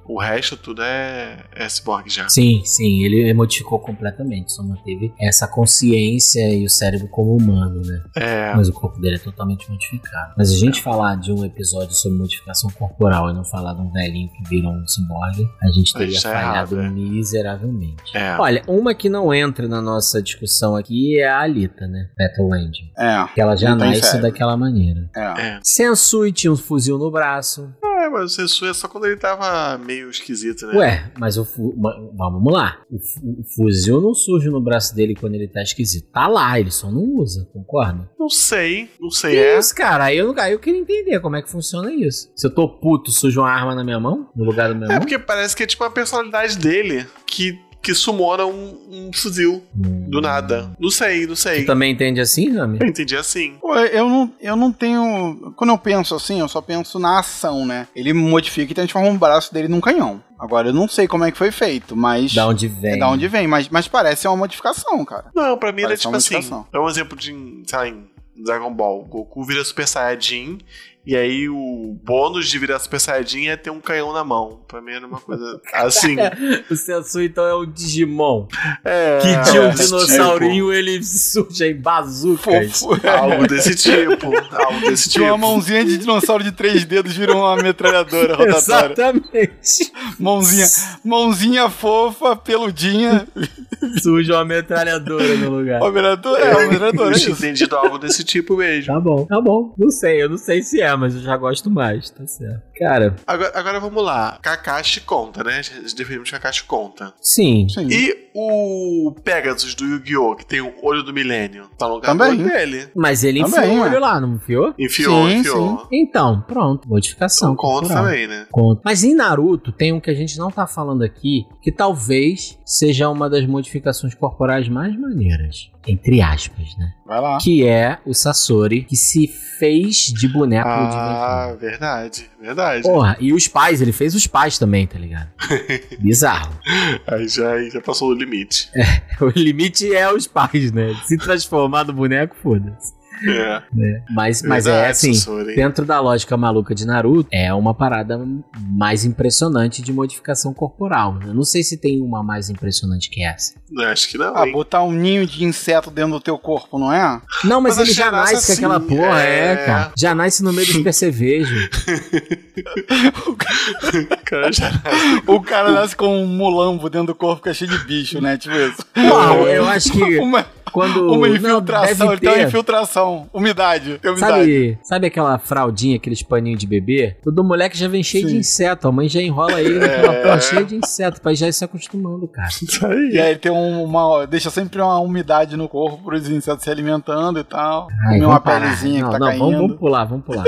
Speaker 3: O resto tudo é, é cyborg já.
Speaker 2: Sim, sim, ele modificou completamente, só manteve essa consciência e o cérebro como humano, né?
Speaker 3: É.
Speaker 2: Mas o corpo dele é totalmente modificado. Mas a gente é. falar de um episódio sobre modificação corporal e não falar de um velhinho que vira um ciborgue, a gente teria falhado é errado, miseravelmente.
Speaker 3: É.
Speaker 2: Olha, uma que não entra na nossa discussão aqui é a Alita, né? Battle Angel.
Speaker 4: É.
Speaker 2: Que ela já nasce daquela maneira.
Speaker 4: É.
Speaker 3: é.
Speaker 2: Sensui tinha um fuzil no braço.
Speaker 3: É, mas o Sensui é só quando ele tava meio esquisito, né?
Speaker 2: Ué, mas o fu... vamos lá. O, fu... o fuzil não surge no braço dele quando ele tá esquisito. Tá lá, ele só não usa, concorda?
Speaker 3: Não sei, não sei.
Speaker 2: Que
Speaker 3: é
Speaker 2: isso, cara? Aí eu, aí eu queria entender como é que funciona isso. Se eu tô puto, sujo uma arma na minha mão, no lugar do meu
Speaker 3: É
Speaker 2: mão?
Speaker 3: porque parece que é tipo a personalidade dele que, que sumona um, um fuzil hum. do nada. Não sei, não sei.
Speaker 2: Tu também entende assim, Rami?
Speaker 3: Eu entendi assim.
Speaker 4: Pô, eu não, eu não tenho... Quando eu penso assim, eu só penso na ação, né? Ele modifica e transforma um braço dele num canhão. Agora, eu não sei como é que foi feito, mas...
Speaker 2: Da onde vem.
Speaker 4: É da onde vem, mas, mas parece uma modificação, cara.
Speaker 3: Não, pra mim
Speaker 4: parece
Speaker 3: era tipo assim... É um exemplo de, sei lá, em Dragon Ball. Goku vira Super Saiyajin... E aí o bônus de virar Super Saiyajin é ter um canhão na mão. Pra mim era uma coisa assim.
Speaker 2: O Sensui então é o Digimon.
Speaker 3: É,
Speaker 2: que tinha um
Speaker 3: é,
Speaker 2: dinossaurinho,
Speaker 3: tipo,
Speaker 2: ele surge em bazucas.
Speaker 3: Fofo. Algo desse tipo. Algo desse
Speaker 4: Tinha
Speaker 3: tipo.
Speaker 4: uma mãozinha de dinossauro de três dedos, virou uma metralhadora rotatória.
Speaker 2: Exatamente.
Speaker 4: Mãozinha, mãozinha fofa, peludinha.
Speaker 2: Surge uma metralhadora no lugar.
Speaker 4: Uma metralhadora, é, uma metralhadora.
Speaker 3: Eu tinha entendido algo desse tipo mesmo.
Speaker 2: Tá bom, tá bom. Não sei, eu não sei se é, mas eu já gosto mais, tá certo. Cara...
Speaker 3: Agora, agora vamos lá. Kakashi conta, né? Definimos que Kakashi conta.
Speaker 2: Sim.
Speaker 4: Sim.
Speaker 3: E o Pegasus do Yu-Gi-Oh! Que tem o olho do milênio. Tá no lugar
Speaker 4: Também.
Speaker 3: do olho dele.
Speaker 2: Mas ele
Speaker 4: Também,
Speaker 2: enfiou o
Speaker 4: é.
Speaker 2: olho lá, não enfiou?
Speaker 3: Enfiou,
Speaker 4: Sim,
Speaker 3: enfiou.
Speaker 4: sim.
Speaker 2: Então, pronto. Modificação.
Speaker 3: Então, conta
Speaker 2: cultural.
Speaker 3: também, né?
Speaker 2: Conta. Mas em Naruto tem um que a gente não tá falando aqui, que talvez seja uma das modificações corporais mais maneiras. Entre aspas, né?
Speaker 4: Vai lá.
Speaker 2: Que é o Sasori, que se fez de boneco
Speaker 3: Ah,
Speaker 2: de vampiro.
Speaker 3: verdade, verdade.
Speaker 2: Porra, e os pais, ele fez os pais também, tá ligado? Bizarro.
Speaker 3: Aí já, aí já passou do limite.
Speaker 2: O limite é os pais, né? Se transformar no boneco, foda-se.
Speaker 3: É.
Speaker 2: Né? Mas, mas é
Speaker 3: Verdade,
Speaker 2: assim,
Speaker 3: Sasori.
Speaker 2: dentro da lógica maluca de Naruto, é uma parada mais impressionante de modificação corporal. Eu não sei se tem uma mais impressionante que essa.
Speaker 3: Acho que não,
Speaker 4: Ah,
Speaker 3: hein?
Speaker 4: botar um ninho de inseto dentro do teu corpo, não é?
Speaker 2: Não, mas,
Speaker 3: Mas
Speaker 2: ele
Speaker 3: acho
Speaker 2: já
Speaker 3: que
Speaker 2: nasce
Speaker 3: nasce
Speaker 2: com aquela
Speaker 3: assim,
Speaker 2: porra, é,
Speaker 3: é.
Speaker 2: cara. Já nasce no meio dos percevejos.
Speaker 3: O cara já...
Speaker 4: O cara nasce com um mulambo dentro do corpo que é cheio de bicho, né? Tipo isso.
Speaker 2: Uau, eu acho que
Speaker 4: Uma,
Speaker 2: quando...
Speaker 4: uma
Speaker 2: não,
Speaker 4: infiltração,
Speaker 2: deve
Speaker 4: ele tem uma
Speaker 2: ter.
Speaker 4: infiltração. Umidade. Tem umidade.
Speaker 2: Sabe, sabe aquela fraldinha, aqueles paninhos de bebê? O do moleque já vem cheio
Speaker 4: Sim.
Speaker 2: de inseto. A mãe já enrola ele naquela porra cheia de inseto, pra já ir se acostumando, cara.
Speaker 3: Isso aí.
Speaker 4: E aí ele tem um- uma. Deixa sempre uma umidade no corpo para os insetos se alimentando e tal.
Speaker 2: Ai,
Speaker 4: Comer uma
Speaker 2: vamos parar.
Speaker 4: pelezinha
Speaker 2: não,
Speaker 4: que tá
Speaker 2: não,
Speaker 4: caindo.
Speaker 2: Vamos, vamos pular, vamos pular.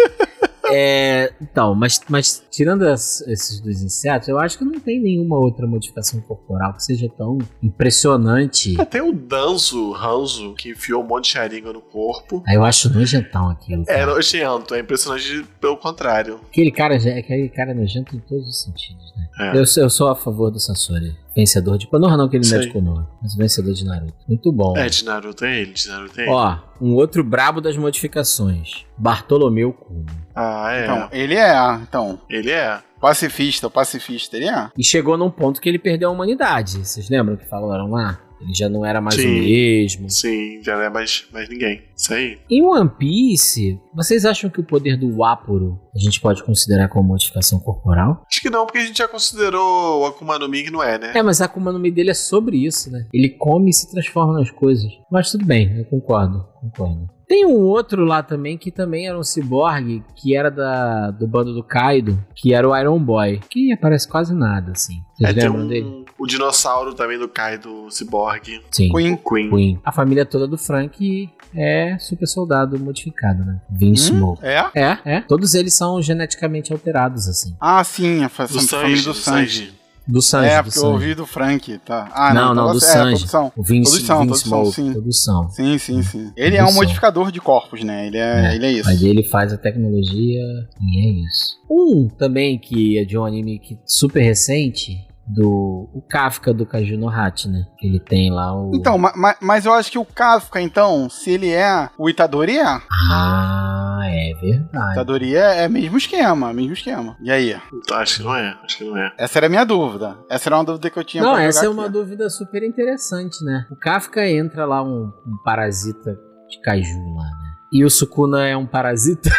Speaker 2: É, então, mas, mas tirando as- esses dos insetos, eu acho que não tem nenhuma outra modificação corporal que seja tão impressionante.
Speaker 3: Tem o Danzo, Hanzo, que enfiou um monte de sharingan no corpo.
Speaker 2: Aí eu acho nojentão aquilo.
Speaker 3: É
Speaker 2: Cara.
Speaker 3: nojento, é impressionante pelo contrário.
Speaker 2: Aquele cara, já- aquele cara é nojento em todos os sentidos, né?
Speaker 3: É.
Speaker 2: Eu, sou- eu sou a favor do Sasori. Vencedor de Konoha, não que ele não é
Speaker 3: Sei.
Speaker 2: de Konoha, mas vencedor de Naruto. Muito bom.
Speaker 3: É, de Naruto é ele, de Naruto é ele.
Speaker 2: Ó, um outro brabo das modificações. Bartolomeu Kumo.
Speaker 3: Ah, é.
Speaker 4: Então, ele é. Então,
Speaker 3: Ele é.
Speaker 4: pacifista, o pacifista, ele é.
Speaker 2: E chegou num ponto que ele perdeu a humanidade. Vocês lembram que falaram lá? Ele já não era mais
Speaker 3: Sim.
Speaker 2: o mesmo.
Speaker 3: Sim, já não é mais, mais ninguém. Isso aí.
Speaker 2: Em One Piece, vocês acham que o poder do Wapuro a gente pode considerar como modificação corporal?
Speaker 3: Acho que não, porque a gente já considerou o Akuma no Mi que não é, né?
Speaker 2: É, mas a Akuma no Mi dele é sobre isso, né? Ele come e se transforma nas coisas. Mas tudo bem, eu concordo, concordo. Tem um outro lá também que também era um ciborgue, que era da, do bando do Kaido, que era o Iron Boy, que aparece quase nada, assim. Vocês
Speaker 3: É, tem
Speaker 2: lembram
Speaker 3: um,
Speaker 2: dele?
Speaker 3: o dinossauro também do Kaido Cyborg.
Speaker 2: Sim.
Speaker 4: Queen.
Speaker 3: Queen.
Speaker 2: Queen. A família toda do Frank é super soldado modificado, né? Vince
Speaker 4: Hum,
Speaker 2: Smoke.
Speaker 4: é?
Speaker 2: É, é. Todos eles são geneticamente alterados, assim.
Speaker 4: Ah, sim, a fa-
Speaker 3: Do
Speaker 4: família
Speaker 3: Sanji,
Speaker 4: do
Speaker 3: do
Speaker 4: Sanji.
Speaker 3: Sanji.
Speaker 2: Do Sanji,
Speaker 4: É,
Speaker 2: do
Speaker 4: porque eu
Speaker 2: Sanji.
Speaker 4: ouvi do Frank, tá. Ah,
Speaker 2: não, não,
Speaker 4: então
Speaker 2: do
Speaker 4: você- é,
Speaker 2: Sanji.
Speaker 4: todos são.
Speaker 2: O Vince,
Speaker 4: Todos são,
Speaker 2: Vince
Speaker 4: todos são,
Speaker 2: Smoke,
Speaker 4: sim.
Speaker 2: todos são.
Speaker 4: Sim, sim, sim. Ele é
Speaker 2: Todos
Speaker 4: um
Speaker 2: são.
Speaker 4: modificador de corpos, né? Ele é, ele é isso.
Speaker 2: Mas ele faz a tecnologia e é isso. Um também que é de um anime que super recente, do o Kafka do Kaiju no Hachi, né? Que ele tem lá o...
Speaker 4: Então, ma- ma- mas eu acho que o Kafka, então, se ele é o Itadori, é.
Speaker 2: Ah, é verdade.
Speaker 4: Itadori é, é mesmo esquema, mesmo esquema. E aí?
Speaker 3: Acho que não é, acho que não é.
Speaker 4: Essa era a minha dúvida. Essa era uma dúvida que eu tinha
Speaker 2: Não,
Speaker 4: pra
Speaker 2: essa é
Speaker 4: jogar
Speaker 2: uma
Speaker 4: aqui.
Speaker 2: dúvida super interessante, né? O Kafka entra lá um, um parasita de caju lá, né? E o Sukuna é um parasita?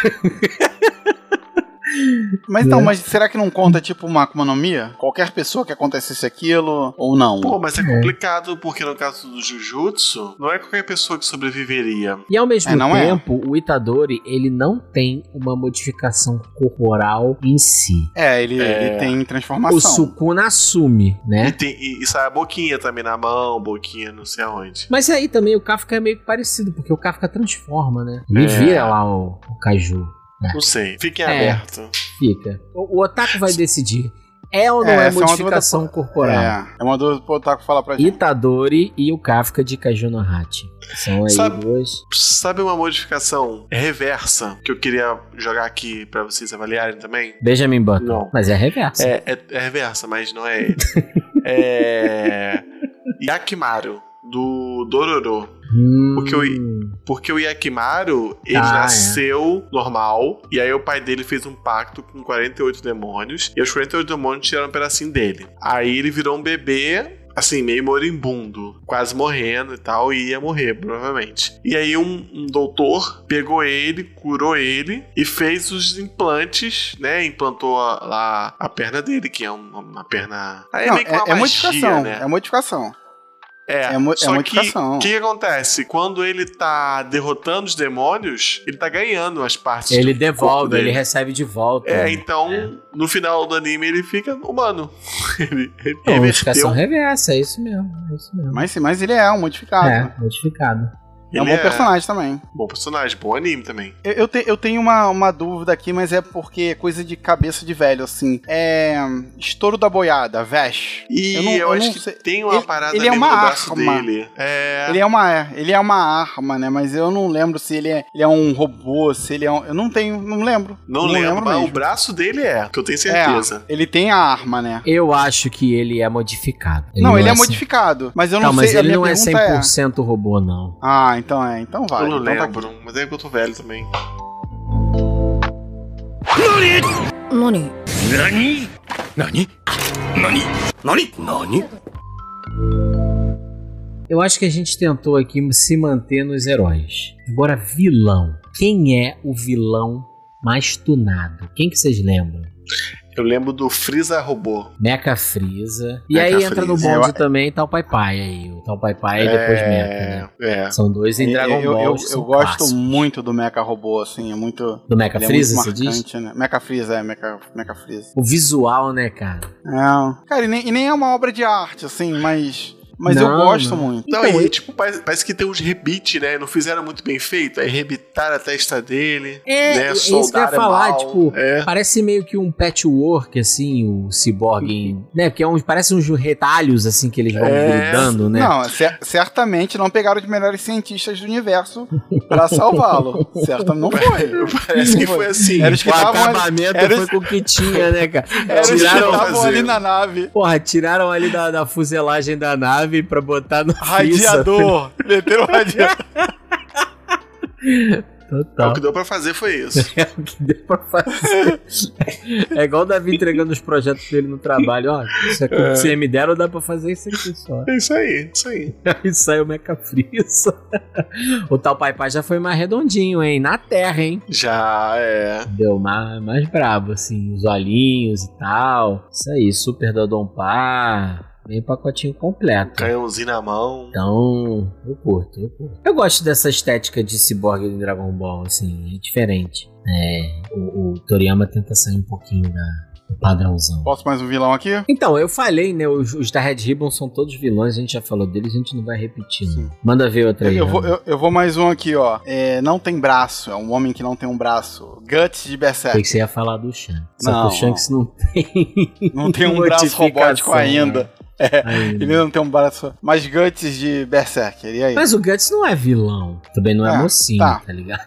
Speaker 4: Mas então,
Speaker 2: Né?
Speaker 4: mas será que não conta tipo uma Akuma no Mi? Qualquer pessoa que acontecesse aquilo, ou não?
Speaker 3: Pô, mas é complicado porque no caso do Jujutsu, não é qualquer pessoa que sobreviveria.
Speaker 2: E ao mesmo
Speaker 4: É, não é?
Speaker 2: tempo, o Itadori, ele não tem uma modificação corporal em si.
Speaker 4: É, ele,
Speaker 3: É.
Speaker 4: ele tem transformação.
Speaker 2: O Sukuna assume,
Speaker 3: E,
Speaker 2: né?
Speaker 3: tem, e, e sai a boquinha também na mão, boquinha não sei aonde.
Speaker 2: Mas aí também o Kafka é meio que parecido, porque o Kafka transforma, né? Ele
Speaker 3: É.
Speaker 2: vira lá o, o caju.
Speaker 3: Não sei, fiquem
Speaker 2: É.
Speaker 3: abertos.
Speaker 2: Fica. O, o Otaku vai decidir. É ou não é,
Speaker 4: essa é uma
Speaker 2: modificação
Speaker 4: dúvida-
Speaker 2: corporal?
Speaker 4: É, é uma dúvida pro Otaku falar pra gente.
Speaker 2: Itadori e o Kafka de Kaju no Hachi. São aí
Speaker 3: Sabe-
Speaker 2: duas.
Speaker 3: Sabe uma modificação reversa que eu queria jogar aqui pra vocês avaliarem também?
Speaker 2: Benjamin Button.
Speaker 3: Não.
Speaker 2: Mas é reversa.
Speaker 3: É, é, é reversa, mas não é ele. É. Yakimaru, do Dororo.
Speaker 2: Hum,
Speaker 3: Porque o, porque o Yakimaru, ele
Speaker 2: Ah, é.
Speaker 3: nasceu normal, e aí o pai dele fez um pacto com quarenta e oito demônios, e os quarenta e oito demônios tiraram um pedacinho dele. Aí ele virou um bebê, assim, meio moribundo, quase morrendo e tal, e ia morrer, provavelmente. E aí um, um doutor pegou ele, curou ele, e fez os implantes, né, implantou a- lá a perna dele, que é um- uma perna... Aí
Speaker 4: Não,
Speaker 3: meio que uma
Speaker 4: é, é
Speaker 3: magia,
Speaker 4: modificação,
Speaker 3: né?
Speaker 4: é modificação.
Speaker 3: É,
Speaker 4: É mo- é
Speaker 3: só que
Speaker 4: modificação.
Speaker 3: o que, que acontece? Quando ele tá derrotando os demônios, ele tá ganhando as partes
Speaker 2: Ele
Speaker 3: do corpo
Speaker 2: devolve,
Speaker 3: dele.
Speaker 2: ele recebe de volta.
Speaker 3: É,
Speaker 2: né?
Speaker 3: então,
Speaker 2: É.
Speaker 3: no final do anime ele fica humano. ele ele
Speaker 2: É uma
Speaker 3: reverteu.
Speaker 2: modificação reversa, é isso mesmo. É isso mesmo.
Speaker 4: Mas, mas ele é um modificado.
Speaker 2: É, modificado.
Speaker 4: É um
Speaker 3: Ele
Speaker 4: bom personagem também.
Speaker 3: Bom personagem, bom anime também.
Speaker 4: Eu, eu, te- eu tenho uma, uma dúvida aqui, mas é porque é coisa de cabeça de velho, assim. É. Estouro da boiada, Vesh.
Speaker 3: E
Speaker 4: Eu
Speaker 3: eu,
Speaker 4: não- eu
Speaker 3: acho
Speaker 4: não
Speaker 3: que
Speaker 4: sei.
Speaker 3: tem uma
Speaker 4: Ele-
Speaker 3: parada
Speaker 4: ele é
Speaker 3: ali
Speaker 4: uma
Speaker 3: no braço
Speaker 4: arma.
Speaker 3: dele. É.
Speaker 4: Ele é uma ele é uma arma, né? Mas eu não lembro se ele é, ele é um robô, se ele é um. Eu não tenho, não lembro.
Speaker 3: Não, lembro, mas
Speaker 4: mesmo.
Speaker 3: o braço dele é, que eu tenho certeza.
Speaker 4: É, ele tem a arma, né?
Speaker 2: Eu acho que ele é modificado.
Speaker 4: não, ele é
Speaker 2: cem-
Speaker 4: modificado. Mas eu não,
Speaker 2: Não, mas
Speaker 4: sei. a
Speaker 2: ele
Speaker 4: minha
Speaker 2: não é cem
Speaker 4: pergunta
Speaker 2: por cento robô, não.
Speaker 4: Ah, então é. Então vai.
Speaker 3: eu não
Speaker 4: então tá
Speaker 3: lembro, mas é que eu tô velho também.
Speaker 6: Nani? Nani? Nani? Nani? Nani? Nani?
Speaker 2: Eu acho que a gente tentou aqui se manter nos heróis. Agora, vilão. Quem é o vilão mais tunado? Quem que vocês lembram?
Speaker 3: Eu lembro do Freeza Robô.
Speaker 2: Mecha Freeza. E
Speaker 3: Mecha
Speaker 2: aí entra no
Speaker 3: Freeza.
Speaker 2: bonde
Speaker 4: Eu-
Speaker 2: também Tal Pai Pai aí. O Tal Pai Pai e depois Mecha, né?
Speaker 3: É.
Speaker 2: São dois em Dragon
Speaker 4: eu,
Speaker 2: Ball.
Speaker 4: eu,
Speaker 2: que
Speaker 4: eu,
Speaker 2: são
Speaker 4: gosto
Speaker 2: clássicos.
Speaker 4: muito do Mecha Robô, assim, é muito.
Speaker 2: Do Mecha
Speaker 4: ele
Speaker 2: Freeza,
Speaker 4: é
Speaker 2: você
Speaker 4: muito
Speaker 2: diz?
Speaker 4: marcante, né? Mecha Freeza, é, Mecha, Mecha Freeza.
Speaker 2: O visual, né, cara?
Speaker 4: É. Cara, e nem, e nem é uma obra de arte, assim, mas. Mas eu
Speaker 2: Não,
Speaker 4: gosto
Speaker 2: não.
Speaker 4: muito.
Speaker 3: Não,
Speaker 2: Então,
Speaker 3: e
Speaker 2: eu-
Speaker 3: tipo, parece, parece que tem uns rebite, né? Não fizeram muito bem feito. Aí rebitaram a testa dele.
Speaker 2: É,
Speaker 3: né?
Speaker 2: é isso que eu ia
Speaker 3: Soldaram
Speaker 2: falar,
Speaker 3: mal.
Speaker 2: tipo,
Speaker 3: É.
Speaker 2: parece meio que um patchwork, assim, o Cyborg, em- né? Porque é uns, parece uns retalhos, assim, que eles vão
Speaker 3: É.
Speaker 2: grudando, né?
Speaker 4: Não, cer- certamente não pegaram os melhores cientistas do universo pra salvá-lo. Certo? Não foi.
Speaker 3: Parece que
Speaker 4: Não
Speaker 3: foi assim.
Speaker 4: Era os que
Speaker 2: O
Speaker 4: estavam ali,
Speaker 2: acabamento
Speaker 4: era
Speaker 2: foi
Speaker 4: os-
Speaker 2: com o que tinha, né, cara?
Speaker 4: era os que
Speaker 3: Tiraram
Speaker 2: Tiraram,
Speaker 4: estavam
Speaker 3: fazer.
Speaker 4: ali na nave.
Speaker 2: porra, tiraram ali da, da fuselagem da nave pra botar no
Speaker 4: Radiador. Meteram o radiador.
Speaker 2: freezer.
Speaker 3: É,
Speaker 2: Total.
Speaker 3: o que deu pra fazer foi isso.
Speaker 2: É o que deu pra fazer. É igual o Davi entregando os projetos dele no trabalho. Ó, isso aqui que você me deram, dá pra fazer isso aqui só.
Speaker 3: É isso aí, isso aí.
Speaker 2: Aí saiu o Mecha Freeza. O Tal Pai Pai já foi mais redondinho, hein? Na terra, hein?
Speaker 3: Já é.
Speaker 2: Deu mais, mais brabo, assim. Os olhinhos e tal. Isso aí, Super Dodon Par. Bem pacotinho completo.
Speaker 3: Canhãozinho na mão.
Speaker 2: Então, eu curto, eu curto. Eu gosto dessa estética de ciborgue em Dragon Ball, assim, é diferente. É, o, o Toriyama tenta sair um pouquinho da, do padrãozão.
Speaker 4: Posso mais um vilão aqui?
Speaker 2: Então, eu falei, né, os, os da Red Ribbon são todos vilões, a gente já falou deles, a gente não vai repetir, não. Manda ver outra aí.
Speaker 4: Eu vou,
Speaker 2: Raul.
Speaker 4: eu, eu vou mais um aqui, ó. É, não tem braço. É um homem que não tem um braço. Guts de
Speaker 2: Achei
Speaker 4: Berserk.
Speaker 2: que você ia falar do Shanks. Só
Speaker 4: Não,
Speaker 2: que o Shanks não tem.
Speaker 4: Não tem um braço robótico
Speaker 2: modificação,
Speaker 4: ainda.
Speaker 2: né?
Speaker 4: É,
Speaker 2: Ainda.
Speaker 4: ele não tem um braço. Mas Guts de Berserk. E aí?
Speaker 2: Mas o Guts não é vilão. Também não é,
Speaker 4: É,
Speaker 2: mocinho,
Speaker 4: tá.
Speaker 2: tá, ligado?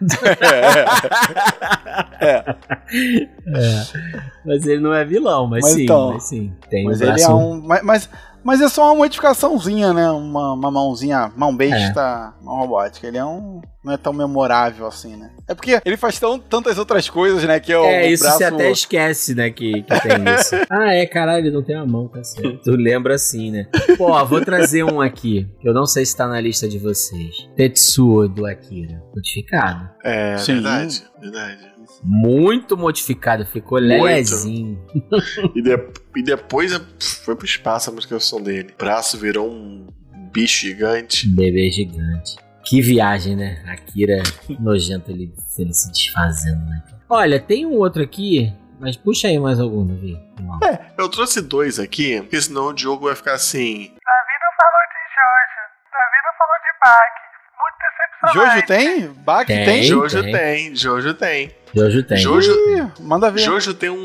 Speaker 4: É.
Speaker 2: É. Mas ele não é vilão, mas,
Speaker 4: Mas
Speaker 2: sim,
Speaker 4: então,
Speaker 2: mas sim. Tem
Speaker 4: Mas
Speaker 2: um
Speaker 4: ele
Speaker 2: braço...
Speaker 4: é um. Mas, mas, Mas é só uma modificaçãozinha, né? Uma, uma mãozinha, mão besta, é. mão robótica. Ele é um... não é tão memorável assim, né? É porque ele faz tão, tantas outras coisas, né? Que é, o,
Speaker 2: é
Speaker 4: o
Speaker 2: isso
Speaker 4: braço...
Speaker 2: você até esquece, né? Que, que tem isso. Ah, é, caralho, ele não tem a mão, tá certo. Tu lembra assim, né? Pô, ó, vou trazer um aqui. Eu não sei se tá na lista de vocês. Tetsuo do Akira. Modificado.
Speaker 3: É,
Speaker 4: Sim.
Speaker 3: verdade, verdade.
Speaker 2: Muito modificado, ficou levezinho.
Speaker 3: E, de, e depois foi pro espaço a modificação dele. O braço virou um bicho gigante.
Speaker 2: Bebê gigante. Que viagem, né? Akira nojento ele, ele se desfazendo, né? Olha, tem um outro aqui, mas puxa aí mais algum, Davi.
Speaker 3: É, eu trouxe dois aqui, porque senão o Diogo vai ficar assim...
Speaker 7: Davi não falou de Jojo, Davi não falou de Baki. Muito decepcionante.
Speaker 4: Jojo tem? Baki tem?
Speaker 2: Tem.
Speaker 3: Jojo tem, Jojo tem.
Speaker 2: Jojo tem.
Speaker 3: Jojo,
Speaker 4: Ih, manda ver.
Speaker 3: Jojo tem um,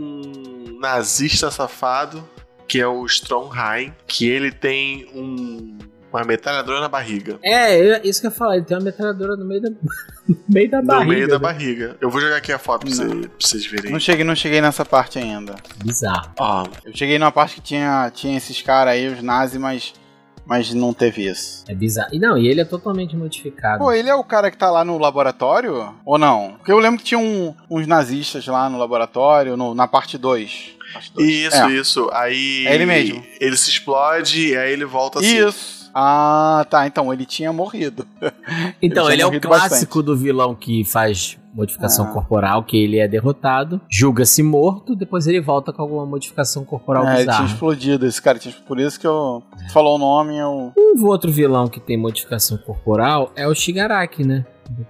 Speaker 3: um nazista safado, que é o Stromheim, que ele tem um, uma metralhadora na barriga.
Speaker 2: É, isso que eu ia falar, ele tem uma metralhadora no meio da, no meio da barriga.
Speaker 3: No meio da
Speaker 2: né?
Speaker 3: barriga. Eu vou jogar aqui a foto pra, você, pra vocês verem.
Speaker 4: Não cheguei, não cheguei nessa parte ainda.
Speaker 2: Bizarro.
Speaker 3: Ó,
Speaker 4: Eu cheguei numa parte que tinha, tinha esses caras aí, os nazis, mas, mas não teve isso.
Speaker 2: É bizarro. E não, e ele é totalmente modificado.
Speaker 4: Pô, ele é o cara que tá lá no laboratório? Ou não? Porque eu lembro que tinha um- uns nazistas lá no laboratório, no- na parte dois. Parte dois.
Speaker 3: isso,
Speaker 4: É.
Speaker 3: isso. Aí...
Speaker 4: É ele mesmo.
Speaker 3: Ele se explode e aí ele volta assim.
Speaker 4: Isso. Ah, tá. Então ele tinha morrido.
Speaker 2: Então,
Speaker 4: Ele
Speaker 2: ele,
Speaker 4: tinha
Speaker 2: é o
Speaker 4: morrido
Speaker 2: clássico do vilão que faz modificação
Speaker 4: Ah.
Speaker 2: corporal, que ele é derrotado, julga-se morto, depois ele volta com alguma modificação corporal
Speaker 4: É, ele tinha
Speaker 2: bizarra.
Speaker 4: explodido. Esse cara tinha. Por isso que eu. Tu falou o nome, eu.
Speaker 2: Um outro vilão que tem modificação corporal é o Shigaraki, né?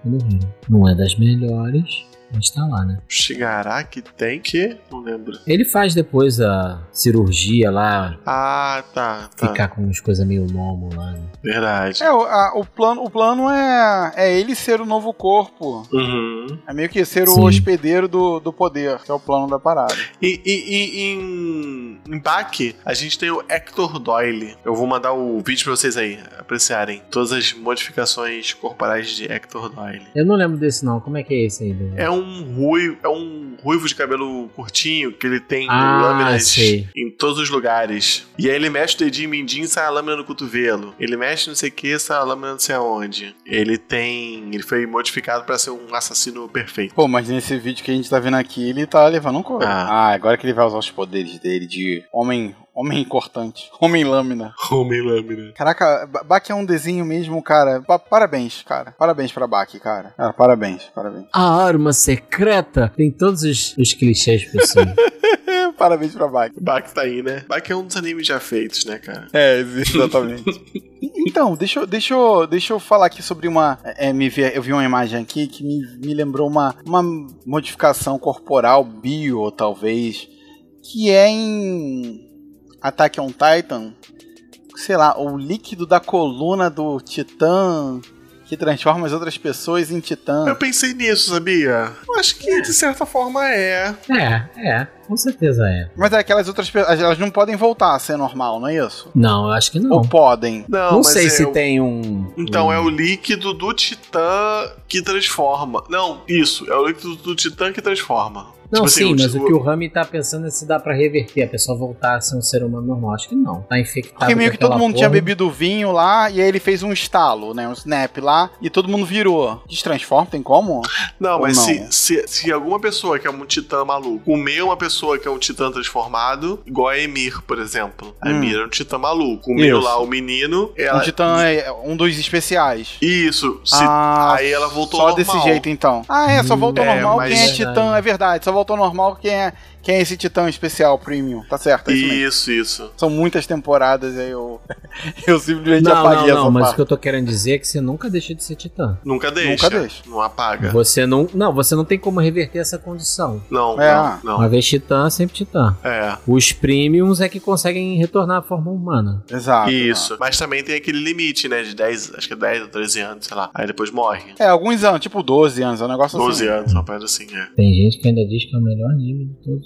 Speaker 2: Não é das melhores, mas tá lá, né?
Speaker 3: Shigaraki tem que... Não lembro.
Speaker 2: Ele faz depois a cirurgia lá,
Speaker 3: Ah, tá, tá.
Speaker 2: ficar com umas coisas meio nomo lá, né?
Speaker 3: Verdade.
Speaker 4: É, o, a- o plano, o plano é, é ele ser o novo corpo.
Speaker 3: Uhum.
Speaker 4: É meio que ser
Speaker 2: Sim.
Speaker 4: o hospedeiro do, do poder, que é o plano da parada.
Speaker 3: E, e, e em, em Baki, a gente tem o Hector Doyle. Eu vou mandar o vídeo pra vocês aí apreciarem todas as modificações corporais de Hector Doyle.
Speaker 2: Eu não lembro desse não, como é que é esse aí? Davi?
Speaker 3: É um ruivo, é um ruivo de cabelo curtinho que ele tem
Speaker 2: Ah,
Speaker 3: lâminas
Speaker 2: sei.
Speaker 3: em todos os lugares. E aí ele mexe o dedinho mindinho e sai a lâmina no cotovelo. Ele mexe não sei o que, sai a lâmina não sei aonde. Ele tem... Ele foi modificado pra ser um assassino perfeito.
Speaker 4: Pô, mas nesse vídeo que a gente tá vendo aqui, ele tá levando um couro.
Speaker 3: Ah.
Speaker 4: Ah, agora que ele vai usar os poderes dele de homem, homem cortante, homem lâmina.
Speaker 3: Homem lâmina.
Speaker 4: Caraca, Ba- Baki é um desenho mesmo, cara. Pa- parabéns, cara. Parabéns pra Baki, cara. Cara, parabéns, parabéns.
Speaker 2: A arma secreta tem todos os, os clichês possíveis.
Speaker 4: Parabéns pra Baki.
Speaker 3: Baki tá aí, né? Baki é um dos animes já feitos, né, cara?
Speaker 4: É, exatamente. Então, deixa, eu- deixa, eu, deixa eu falar aqui sobre uma. É, me vi, eu vi uma imagem aqui que me, me lembrou uma, uma modificação corporal, bio, talvez, que é em Attack on Titan. Sei lá, o líquido da coluna do Titã que transforma as outras pessoas em Titã.
Speaker 3: Eu pensei nisso, sabia? Eu acho que de certa forma é.
Speaker 2: É, é, com certeza é.
Speaker 4: Mas é aquelas outras pessoas, elas não podem voltar a ser normal, não é isso?
Speaker 2: Não, eu acho que não.
Speaker 4: Ou podem?
Speaker 3: Não,
Speaker 2: Não
Speaker 3: mas
Speaker 2: sei
Speaker 3: é
Speaker 2: se
Speaker 3: o-
Speaker 2: tem um...
Speaker 3: Então
Speaker 2: um...
Speaker 3: é o líquido do Titã que transforma. Não, isso. É o líquido do Titã que transforma.
Speaker 2: Não,
Speaker 3: Tipo assim,
Speaker 2: sim,
Speaker 3: o-
Speaker 2: mas o que o Rami tá pensando é se dá pra reverter, a pessoa voltar a ser um ser humano normal. Acho que não. Tá infectado
Speaker 4: Porque meio
Speaker 2: com
Speaker 4: que todo
Speaker 2: aquela
Speaker 4: mundo tinha
Speaker 2: porra.
Speaker 4: bebido vinho lá, e aí ele fez um estalo, né? Um snap lá, e todo mundo virou. Destransforma, tem como?
Speaker 3: Não,
Speaker 4: Ou
Speaker 3: mas
Speaker 4: não?
Speaker 3: Se, se, se alguma pessoa que é um titã maluco comer uma pessoa que é um titã transformado, igual a Emir, por exemplo. A
Speaker 4: Hum.
Speaker 3: Emir é um titã maluco. Comeu
Speaker 4: Isso.
Speaker 3: lá o menino. Ela...
Speaker 4: Um titã é um dos especiais.
Speaker 3: Isso. Se...
Speaker 4: Ah,
Speaker 3: Aí ela voltou
Speaker 4: só
Speaker 3: ao normal.
Speaker 4: desse jeito, então. Ah, é, só voltou ao
Speaker 3: É,
Speaker 4: normal
Speaker 3: mas-
Speaker 4: quem é
Speaker 2: Verdade.
Speaker 4: titã, é verdade. Só voltou ao normal quem é, quem é esse titã especial premium. Tá certo, é isso mesmo.
Speaker 3: Isso, isso.
Speaker 4: São muitas temporadas, aí eu, eu simplesmente
Speaker 2: Não,
Speaker 4: apaguei
Speaker 2: não, não,
Speaker 4: essa
Speaker 2: mas o
Speaker 4: parte.
Speaker 2: que eu tô querendo dizer é que você nunca deixa de ser titã.
Speaker 3: Nunca deixa.
Speaker 4: Nunca deixa.
Speaker 3: Não apaga.
Speaker 2: Você não... Não, você não tem como reverter essa condição.
Speaker 3: Não,
Speaker 4: É.
Speaker 3: não, não.
Speaker 2: Uma vez titã, sempre titã.
Speaker 3: É.
Speaker 2: Os premiums é que conseguem retornar à forma humana.
Speaker 4: Exato.
Speaker 3: Isso. Mas também tem aquele limite, né? De dez, acho que é dez ou treze anos, sei lá. Aí depois morre.
Speaker 4: É, alguns anos, tipo doze anos, é um negócio
Speaker 3: doze
Speaker 4: assim.
Speaker 3: anos, uma parada assim, é.
Speaker 2: Tem gente que ainda diz que é o melhor anime de todos.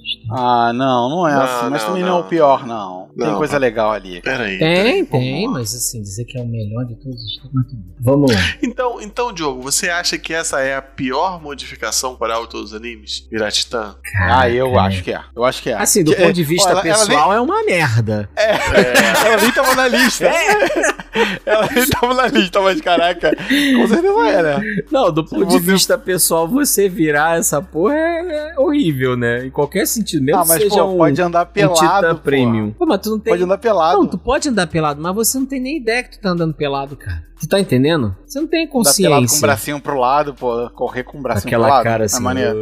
Speaker 4: Ah, não, não é
Speaker 3: Não,
Speaker 4: assim. Mas
Speaker 3: não,
Speaker 4: também não.
Speaker 3: não.
Speaker 4: não é o pior, não. Tem
Speaker 3: Não,
Speaker 4: coisa
Speaker 3: não.
Speaker 4: legal ali.
Speaker 3: Peraí.
Speaker 2: Tem,
Speaker 3: peraí,
Speaker 2: tem,
Speaker 3: vamos lá.
Speaker 2: mas assim, dizer que é o melhor de todos os tempos. Vamos lá.
Speaker 3: Então, então, Diogo, você acha que essa é a pior modificação corporal de todos os animes? Virar-Titã?
Speaker 4: Ah, eu
Speaker 2: Caraca,
Speaker 4: acho que é. Eu acho que é.
Speaker 2: Assim, do
Speaker 4: Que-
Speaker 2: ponto de vista
Speaker 4: Ó, ela- ela
Speaker 2: pessoal, é uma merda.
Speaker 4: Ela nem tava na lista. Ela nem tava na lista, mas caraca, com certeza era.
Speaker 2: Não, do ponto de
Speaker 4: você-
Speaker 2: vista pessoal, você virar essa porra é, é horrível, né? Em qualquer sentido, mesmo
Speaker 4: Ah, mas
Speaker 2: que seja
Speaker 4: pô,
Speaker 2: um,
Speaker 4: pode andar
Speaker 2: um
Speaker 4: pelado,
Speaker 2: Titã
Speaker 4: pô.
Speaker 2: Premium. Pô, mas tu não tem...
Speaker 4: Pode andar pelado.
Speaker 2: Não, tu pode andar pelado, mas você não tem nem ideia que tu tá andando pelado, cara. Tu tá entendendo? Você não tem
Speaker 4: Andar pelado com o
Speaker 2: consciência.
Speaker 4: bracinho pro lado, pô. Correr com o bracinho
Speaker 2: Aquela
Speaker 4: pro lado.
Speaker 2: cara
Speaker 4: é
Speaker 2: assim.
Speaker 4: maneiro.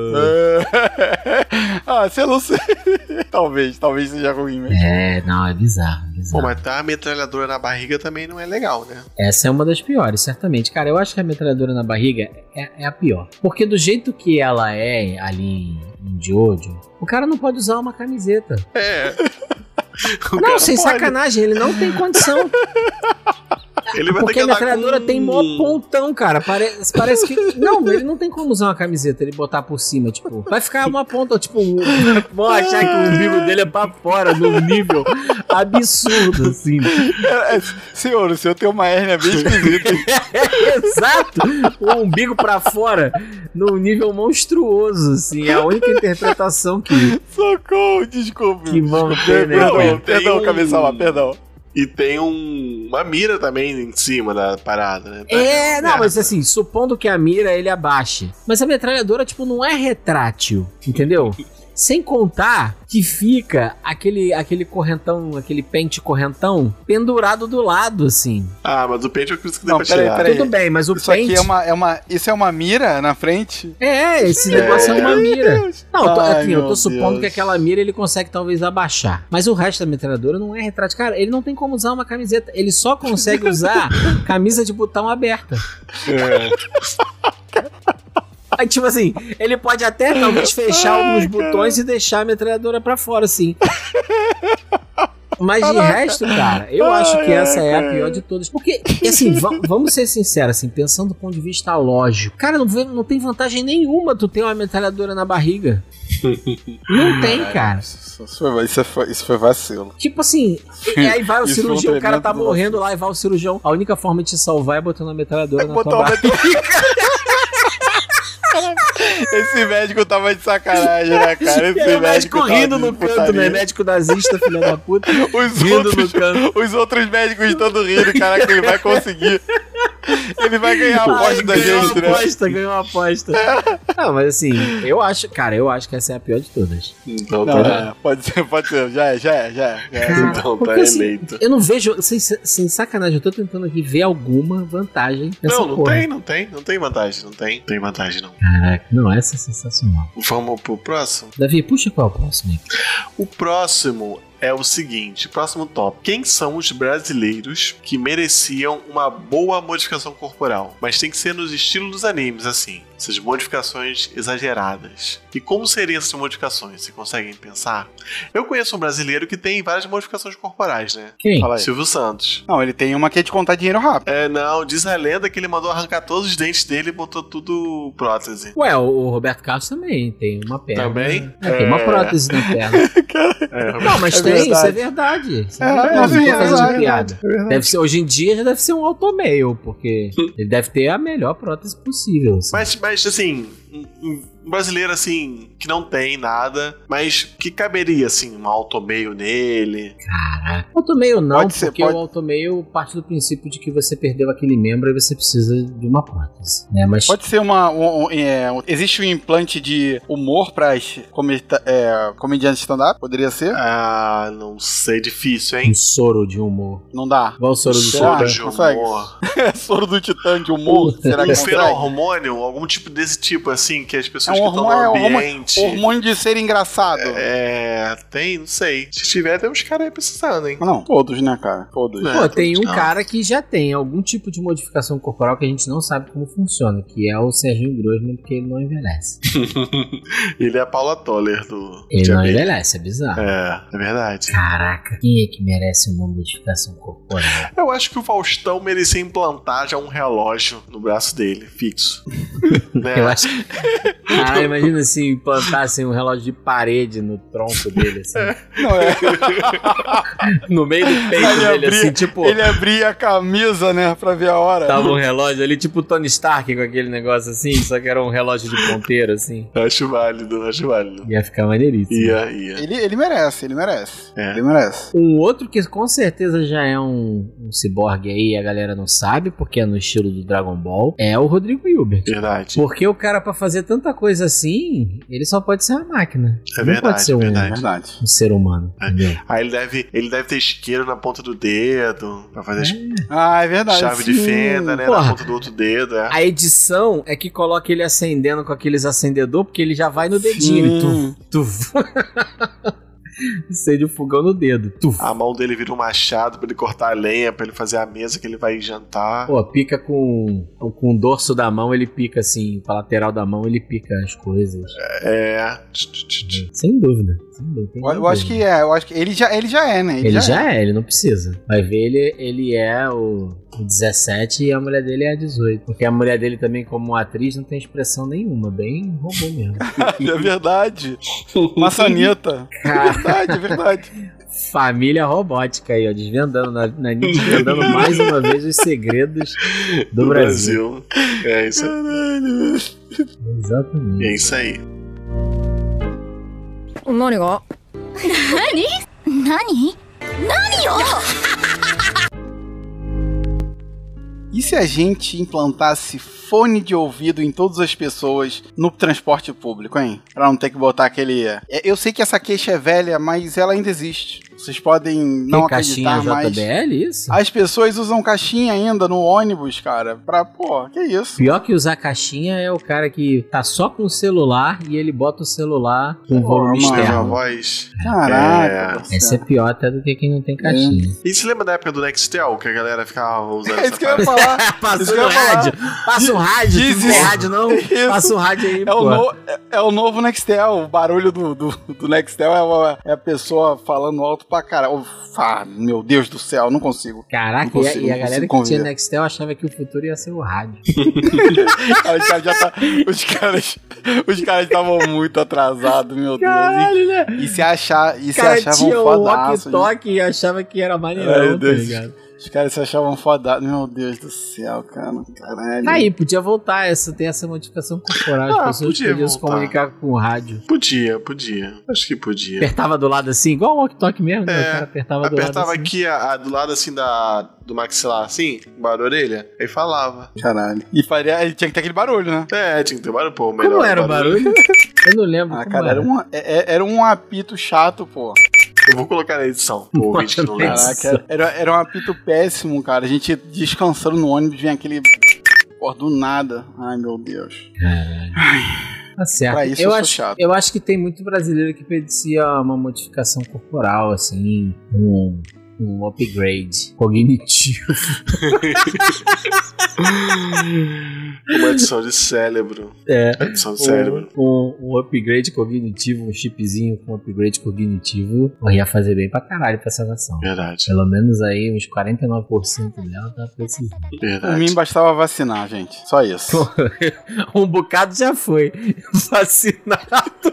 Speaker 4: Ah, você não sei. talvez, talvez seja ruim mesmo.
Speaker 2: É, não, é bizarro, é
Speaker 3: Pô,
Speaker 2: bizarro.
Speaker 3: mas tá a metralhadora na barriga também não é legal, né?
Speaker 2: Essa é uma das piores, certamente. Cara, eu acho que a metralhadora na barriga é, é a pior. Porque do jeito que ela é ali em Jojo, o cara não pode usar uma camiseta.
Speaker 3: É. O
Speaker 2: Não,
Speaker 3: cara
Speaker 2: sem
Speaker 3: pode.
Speaker 2: sacanagem, ele não tem condição.
Speaker 3: Ele vai
Speaker 2: Porque
Speaker 3: ter
Speaker 2: a
Speaker 3: que andar
Speaker 2: metralhadora
Speaker 3: com...
Speaker 2: tem mó pontão, cara. Parece, parece que. Não, ele não tem como usar uma camiseta, ele botar por cima, tipo. Vai ficar uma ponta, tipo. Um, vão achar que o umbigo dele é pra fora, num nível absurdo, assim.
Speaker 4: É, é, senhor, o senhor tem uma hérnia bem esquisita.
Speaker 2: Exato! O umbigo pra fora, num nível monstruoso, assim. É a única interpretação que,
Speaker 4: Socorro, desculpa.
Speaker 2: que vão ter, né?
Speaker 4: Perdão,
Speaker 3: Não,
Speaker 4: perdão,
Speaker 3: tem um-
Speaker 4: cabeça lá, perdão.
Speaker 3: E tem um... uma mira também em cima da parada, né?
Speaker 2: É, não,
Speaker 3: Merda.
Speaker 2: mas assim, supondo que a mira ele abaixe. Mas a metralhadora, tipo, não é retrátil, entendeu? Sem contar que fica aquele, aquele correntão, aquele pente correntão pendurado do lado, assim.
Speaker 3: Ah, mas o pente eu acredito que dá
Speaker 4: Não,
Speaker 3: pra
Speaker 4: peraí,
Speaker 3: tirar.
Speaker 4: peraí.
Speaker 2: Tudo bem, mas o
Speaker 4: Isso
Speaker 2: pente...
Speaker 4: aqui é uma, é uma. Isso é uma mira na frente?
Speaker 2: É, esse negócio é, uma mira. Não, eu tô,
Speaker 4: Ai,
Speaker 2: assim, eu tô
Speaker 4: meu
Speaker 2: supondo
Speaker 4: Deus.
Speaker 2: que aquela mira ele consegue talvez abaixar. Mas o resto da metralhadora não é retrátil. Cara, ele não tem como usar uma camiseta. Ele só consegue usar camisa de botão aberta. Aí, tipo assim, ele pode até talvez fechar
Speaker 4: Ai,
Speaker 2: alguns
Speaker 4: cara.
Speaker 2: botões e deixar a metralhadora pra fora, assim. Mas de resto, cara, eu
Speaker 4: Ai,
Speaker 2: acho que essa
Speaker 4: ai,
Speaker 2: é a
Speaker 4: cara.
Speaker 2: pior de todas. Porque, e assim, va- vamos ser sinceros, assim, pensando do ponto de vista lógico. Cara, não, vê- não tem vantagem nenhuma tu ter uma metralhadora na barriga. Não tem, cara.
Speaker 4: Isso, isso foi, isso, foi, isso foi vacilo.
Speaker 2: Tipo assim, e aí vai o
Speaker 4: Isso foi um
Speaker 2: cirurgião, o cara tá
Speaker 4: tremendo
Speaker 2: morrendo lá e vai o cirurgião. A única forma de te salvar é botando a metralhadora na
Speaker 4: Botar
Speaker 2: tua
Speaker 4: uma
Speaker 2: barriga.
Speaker 4: Esse médico tava de sacanagem, né, cara? Esse
Speaker 2: E aí o médico
Speaker 4: tava
Speaker 2: rindo
Speaker 4: de
Speaker 2: no canto,
Speaker 4: putaria.
Speaker 2: né? Médico nazista, filha da puta.
Speaker 4: Os
Speaker 2: rindo
Speaker 4: outros,
Speaker 2: no canto.
Speaker 4: os outros médicos todos rindo, caraca, ele vai conseguir. Ele vai ganhar a aposta
Speaker 2: Ai,
Speaker 4: da
Speaker 2: ganhou
Speaker 4: gente,
Speaker 2: uma
Speaker 4: né?
Speaker 2: aposta, ganhou uma aposta. Não, mas assim, eu acho, cara, eu acho que essa é a pior de todas.
Speaker 3: Então
Speaker 4: Não,
Speaker 3: tá,
Speaker 4: é, pode ser, pode ser. Já é, já é, já é. Já é.
Speaker 2: Cara,
Speaker 3: então
Speaker 2: porque,
Speaker 3: tá
Speaker 2: assim,
Speaker 3: eleito.
Speaker 2: Eu não vejo, sem, sem sacanagem, eu tô tentando aqui ver alguma vantagem nessa
Speaker 3: Não, não
Speaker 2: porra.
Speaker 3: tem, não tem. Não tem vantagem, não tem. Não tem vantagem, não.
Speaker 2: Caraca, não, essa é sensacional.
Speaker 3: Vamos pro próximo?
Speaker 2: Davi, puxa qual é o próximo aí?
Speaker 3: O próximo é o seguinte, próximo top. Quem são os brasileiros que mereciam uma boa modificação corporal? Mas tem que ser nos estilos dos animes, assim. Essas modificações exageradas. E como seriam essas modificações? Vocês conseguem pensar? Eu conheço um brasileiro que tem várias modificações corporais, né?
Speaker 2: Quem?
Speaker 4: Fala aí.
Speaker 3: Silvio Santos.
Speaker 4: Não, ele tem uma que é de contar dinheiro rápido.
Speaker 3: É, não, diz a lenda que ele mandou arrancar todos os dentes dele e botou tudo prótese.
Speaker 2: Ué, o, o Roberto Carlos também tem uma perna.
Speaker 3: Também?
Speaker 2: É, tem uma
Speaker 3: É.
Speaker 2: prótese na perna.
Speaker 3: É,
Speaker 2: Não, mas
Speaker 4: É
Speaker 2: tem,
Speaker 4: verdade.
Speaker 2: isso é verdade. Isso é,
Speaker 4: É,
Speaker 2: verdade.
Speaker 4: é
Speaker 2: Não tô
Speaker 4: verdade,
Speaker 2: fazendo
Speaker 4: é
Speaker 2: piada.
Speaker 4: verdade.
Speaker 2: Deve ser, hoje em dia já deve ser um automail, porque ele deve ter a melhor prótese possível. assim.
Speaker 3: Mas, mas assim, um, um brasileiro assim, que não tem nada, mas que caberia assim, um automail nele.
Speaker 2: Caraca. Automail não,
Speaker 4: Pode ser,
Speaker 2: porque
Speaker 4: pode-
Speaker 2: o automail parte do princípio de que você perdeu aquele membro e você precisa de uma prótese. Né? Mas
Speaker 4: Pode ser uma. um- um- é, um- existe um implante de humor para as comedi- é, comediantes stand-up? Poderia ser?
Speaker 3: Ah, não sei, difícil, hein?
Speaker 2: um soro de humor.
Speaker 4: Não dá.
Speaker 2: Igual o soro do
Speaker 4: Será?
Speaker 2: Titã.
Speaker 3: de
Speaker 4: consegue?
Speaker 3: humor.
Speaker 4: É soro do Titã de humor? Será que
Speaker 3: Um
Speaker 4: consegue?
Speaker 3: feromônio, algum tipo desse tipo, assim, que as pessoas
Speaker 4: É um
Speaker 3: que estão no
Speaker 4: hormônio- é um hormônio-
Speaker 3: ambiente.
Speaker 4: Hormônio de ser engraçado.
Speaker 3: É, tem, não sei. Se tiver, tem uns caras aí precisando, hein?
Speaker 4: Não, todos, né, cara? Todos.
Speaker 3: É.
Speaker 2: Pô, tem um
Speaker 3: não.
Speaker 2: cara que já tem algum tipo de modificação corporal que a gente não sabe como funciona, que é o Serginho Grossman, porque ele não envelhece.
Speaker 3: Ele é a Paula Toller do.
Speaker 2: Ele
Speaker 3: de
Speaker 2: não
Speaker 3: abelha.
Speaker 2: envelhece, é bizarro.
Speaker 3: É, é verdade.
Speaker 2: Caraca, quem é que merece uma modificação corporal?
Speaker 3: Eu acho que o Faustão merecia implantar já um relógio no braço dele, fixo. Né?
Speaker 2: Eu acho que... Cara, imagina assim, implantassem um relógio de parede no tronco dele, assim.
Speaker 4: Não é.
Speaker 2: No meio do peito
Speaker 4: Ele
Speaker 2: dele,
Speaker 4: abria,
Speaker 2: assim, tipo...
Speaker 4: ele abria a camisa, né, pra ver a hora.
Speaker 2: Tava um relógio ali, tipo o Tony Stark com aquele negócio assim, só que era um relógio de ponteiro, assim.
Speaker 3: Acho válido, acho válido.
Speaker 2: Ia ficar maneiríssimo.
Speaker 3: Ia, ia.
Speaker 4: Ele, ele merece, ele merece.
Speaker 3: É.
Speaker 4: Ele merece.
Speaker 2: Um outro que com certeza já é um, um ciborgue aí, a galera não sabe, porque é no estilo do Dragon Ball, é o Rodrigo Hilbert.
Speaker 3: Verdade.
Speaker 2: Porque o cara, pra fazer tanta coisa assim, ele só pode ser uma máquina.
Speaker 3: É
Speaker 2: não
Speaker 3: verdade,
Speaker 2: pode ser um,
Speaker 3: verdade.
Speaker 4: Verdade.
Speaker 2: um ser humano.
Speaker 3: É.
Speaker 2: Entendeu?
Speaker 3: Aí ele deve, ele deve ter isqueiro na ponta do dedo, pra fazer as
Speaker 4: Ah, é verdade.
Speaker 3: chave de
Speaker 4: sim.
Speaker 3: fenda, né?
Speaker 2: Porra.
Speaker 3: Na ponta do outro dedo, é.
Speaker 2: A edição é que coloca ele acendendo com aqueles acendedor, porque ele já vai no dedinho.
Speaker 4: Sim.
Speaker 2: E tu, tu... Acende o fogão no dedo. Tu.
Speaker 3: A mão dele vira um machado pra ele cortar a lenha, pra ele fazer a mesa que ele vai jantar.
Speaker 2: Pô, pica com, com o dorso da mão, ele pica assim, com a lateral da mão, ele pica as coisas.
Speaker 3: É.
Speaker 2: Sem dúvida. Sem dúvida tem
Speaker 4: Eu, eu acho que é, eu acho que ele já, ele já é, né?
Speaker 2: Ele já é, ele não precisa. Vai ver, ele, ele é o, o dezessete e a mulher dele é a dezoito. Porque a mulher dele também, como atriz, não tem expressão nenhuma. Bem robô mesmo.
Speaker 4: É verdade. Maçaneta. É verdade, é verdade.
Speaker 2: Família robótica aí, ó. Desvendando, na, na, desvendando mais uma vez os segredos do,
Speaker 3: Do
Speaker 2: Brasil.
Speaker 3: Brasil. É isso aí.
Speaker 2: Exatamente.
Speaker 3: É isso aí.
Speaker 8: 何が何何何よ
Speaker 4: E se a gente implantasse fone de ouvido em todas as pessoas no transporte público, hein? Pra não ter que botar aquele... É, eu sei que essa queixa é velha, mas ela ainda existe. Vocês podem não
Speaker 2: Tem caixinha
Speaker 4: acreditar, mas...
Speaker 2: J B L, isso?
Speaker 4: As pessoas usam caixinha ainda no ônibus, cara. Pra, pô, que isso?
Speaker 2: Pior que usar caixinha é o cara que tá só com o celular e ele bota o celular com
Speaker 4: Pô,
Speaker 2: volume
Speaker 4: mano.
Speaker 3: Mesma
Speaker 2: externo.
Speaker 3: voz.
Speaker 4: Caraca.
Speaker 3: É.
Speaker 2: Essa é pior até do que quem não tem caixinha.
Speaker 3: E se lembra da época do Nextel, que a galera ficava usando
Speaker 4: É isso
Speaker 3: essa
Speaker 4: que eu ia
Speaker 3: parada?
Speaker 4: falar. Isso
Speaker 2: Passa
Speaker 4: que
Speaker 2: o
Speaker 4: eu ia falar.
Speaker 2: rádio. Passa o rádio.
Speaker 4: Diz
Speaker 2: Tu não tem
Speaker 4: isso.
Speaker 2: rádio, não?
Speaker 4: Isso.
Speaker 2: Passa o rádio aí,
Speaker 4: É
Speaker 2: pô.
Speaker 4: o, no, é, é o novo Nextel. O barulho do, do, do Nextel é, uma, é a pessoa falando alto pra caralho. Ah, meu Deus do céu, não consigo.
Speaker 2: Caraca,
Speaker 4: Não consigo,
Speaker 2: e a, e a
Speaker 4: não
Speaker 2: galera que
Speaker 4: consigo
Speaker 2: tinha
Speaker 4: conviver.
Speaker 2: Nextel achava que o futuro ia ser o rádio.
Speaker 4: Cara, os caras já tá, os caras os caras estavam muito atrasados, meu Deus.
Speaker 2: Caralho, né?
Speaker 4: E, e se achar, e
Speaker 2: O
Speaker 4: se
Speaker 2: cara
Speaker 4: achavam
Speaker 2: tinha o
Speaker 4: fodaço.
Speaker 2: walkie-talkie e achava que era
Speaker 4: Ai,
Speaker 2: maneirão,
Speaker 4: meu
Speaker 2: tá
Speaker 4: Deus.
Speaker 2: ligado?
Speaker 4: Os caras se achavam fodados. Meu Deus do céu, cara. Caralho.
Speaker 2: Tá aí, podia voltar essa, tem essa modificação corporal.
Speaker 3: Ah,
Speaker 2: As pessoas
Speaker 3: podia
Speaker 2: podiam se
Speaker 3: voltar.
Speaker 2: comunicar com o rádio.
Speaker 3: Podia, podia. Acho que podia.
Speaker 2: Apertava do lado assim, igual o walkie-talkie mesmo, né?
Speaker 3: É,
Speaker 2: O cara apertava do
Speaker 3: Apertava
Speaker 2: lado assim.
Speaker 3: aqui a, a- do lado assim da, do maxilar, assim, embaixo da orelha, aí falava.
Speaker 4: Caralho. E faria, e tinha que ter aquele barulho, né?
Speaker 3: É, tinha que ter barulho, pô, melhor.
Speaker 2: Como era o barulho? Eu não lembro
Speaker 4: Ah,
Speaker 2: como
Speaker 4: cara, era
Speaker 2: era.
Speaker 4: um, é- é- era um apito chato, pô.
Speaker 3: Eu vou colocar na edição, pro ouvinte que não lembra.
Speaker 4: Caraca, era, era um apito péssimo, cara. A gente descansando no ônibus, vem aquele... Pô, do nada. Ai, meu Deus.
Speaker 2: Tá certo.
Speaker 4: Pra isso
Speaker 2: eu,
Speaker 4: eu sou
Speaker 2: acho,
Speaker 4: chato.
Speaker 2: eu acho que tem muito brasileiro que pedia uma modificação corporal, assim, um, um upgrade cognitivo.
Speaker 3: Uma edição de cérebro.
Speaker 2: É.
Speaker 3: Edição de cérebro.
Speaker 2: Um, um upgrade cognitivo, um chipzinho com upgrade cognitivo, ia fazer bem pra caralho pra essa nação.
Speaker 3: Verdade,
Speaker 2: Pelo menos aí uns quarenta e nove por cento dela tá precisando.
Speaker 4: Por mim
Speaker 3: verdade.
Speaker 4: bastava vacinar, gente. Só isso.
Speaker 2: Um bocado já foi vacinado.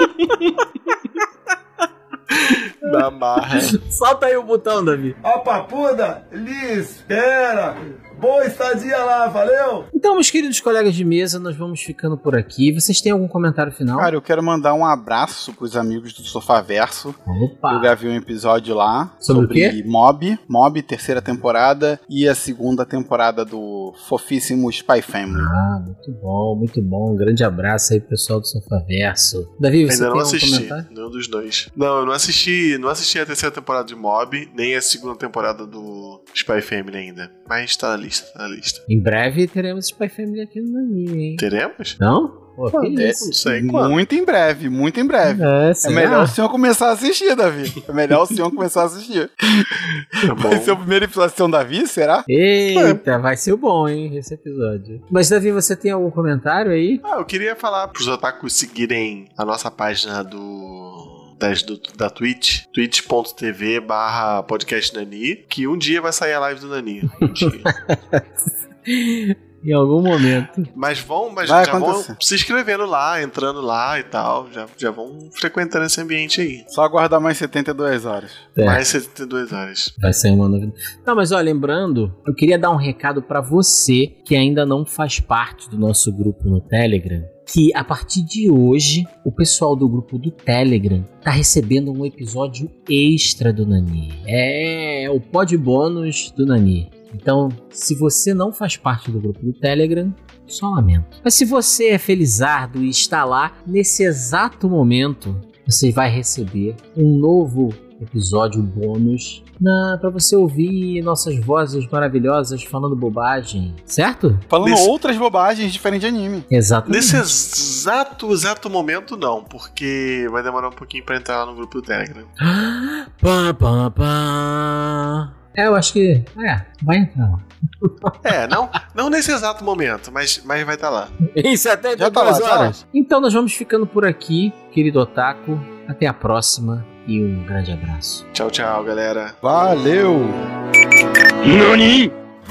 Speaker 3: Da marra.
Speaker 2: Solta aí o botão, Davi.
Speaker 9: A papuda lhe espera. Boa estadia lá, valeu?
Speaker 2: Então, meus queridos colegas de mesa, nós vamos ficando por aqui. Vocês têm algum comentário final?
Speaker 4: Cara, eu quero mandar um abraço pros amigos do Sofaverso. Eu
Speaker 2: Opa!
Speaker 4: gravei um episódio lá
Speaker 2: Sobre o quê?
Speaker 4: Mob, Mob, terceira temporada, e a segunda temporada do fofíssimo Spy Family.
Speaker 2: Ah, muito bom, muito bom. Um grande abraço aí, pessoal do Sofaverso. Davi, você
Speaker 3: Ainda
Speaker 2: tem
Speaker 3: não
Speaker 2: algum
Speaker 3: assisti,
Speaker 2: comentário?
Speaker 3: nenhum dos dois. Não, eu não assisti, não assisti a terceira temporada de Mob, nem a segunda temporada do Spy Family ainda. Mas tá na lista, tá na lista.
Speaker 2: Em breve teremos Spy Family aqui no Nani, hein?
Speaker 3: Teremos?
Speaker 2: Não? Pô, que
Speaker 3: É,
Speaker 2: isso?
Speaker 3: não sei quando.
Speaker 4: Muito em breve, muito em breve.
Speaker 2: É,
Speaker 4: É
Speaker 2: será?
Speaker 4: melhor o senhor começar a assistir, Davi. É melhor o senhor começar a assistir.
Speaker 3: Tá bom.
Speaker 4: Vai ser o primeiro episódio de São Davi, será?
Speaker 2: Eita, vai ser bom, hein, esse episódio. Mas, Davi, você tem algum comentário aí?
Speaker 3: Ah, eu queria falar pros otakus seguirem a nossa página do... Das, do, da Twitch, twitch.tv barra podcast Nani, que um dia vai sair a live do Nani. Um dia.
Speaker 2: Em algum momento.
Speaker 3: Mas vão, mas
Speaker 4: Vai
Speaker 3: já
Speaker 4: acontecer.
Speaker 3: vão se inscrevendo lá, entrando lá e tal. Já, já vão frequentando esse ambiente aí.
Speaker 4: Só aguardar mais setenta e duas horas.
Speaker 2: É.
Speaker 3: Mais setenta e duas horas.
Speaker 2: Vai sair uma novidade. Não, mas ó, lembrando, eu queria dar um recado pra você que ainda não faz parte do nosso grupo no Telegram, que a partir de hoje, o pessoal do grupo do Telegram tá recebendo um episódio extra do Nani. É, o pod bônus do Nani. Então, se você não faz parte do grupo do Telegram, só lamento. Mas se você é felizardo e está lá, nesse exato momento, você vai receber um novo episódio bônus na, pra você ouvir nossas vozes maravilhosas falando bobagem, certo?
Speaker 4: Falando
Speaker 3: Nesse-
Speaker 4: outras bobagens diferentes de anime.
Speaker 2: Exatamente.
Speaker 3: Nesse exato, exato momento, não. Porque vai demorar um pouquinho pra entrar lá no grupo do Telegram.
Speaker 2: Pá, pá, pá. É, eu acho que... É, vai entrar lá.
Speaker 3: É, não, não nesse exato momento, mas, mas vai estar lá.
Speaker 2: Em setenta
Speaker 4: Já tá lá, já.
Speaker 2: horas. Então nós vamos ficando por aqui, querido Otaku. Até a próxima e um grande abraço.
Speaker 3: Tchau, tchau, galera.
Speaker 4: Valeu!
Speaker 6: NANI?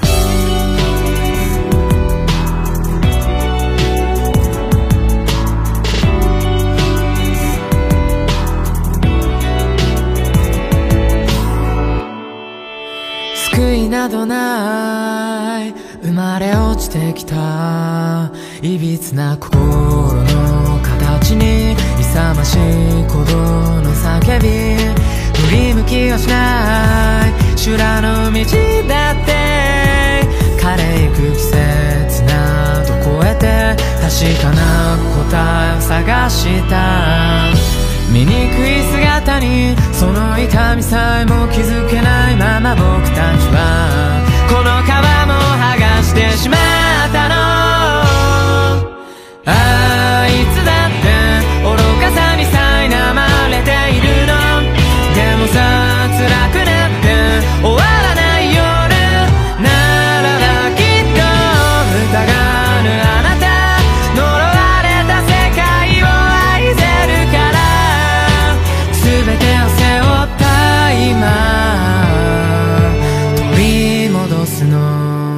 Speaker 10: 救いなどない生まれ落ちてきたいびつな心の形に勇ましい鼓動の叫び振り向きはしない修羅の道だって枯れゆく季節など越えて確かな答えを探した醜い姿にその痛みさえも気づけないまま僕たちはこの皮も剥がしてしまったのあいつだって愚かさに苛まれているのでもさ辛くなって終わらない夜ならばきっと疑わぬあなた呪われた世界を愛せるから全てを背負った今取り戻すの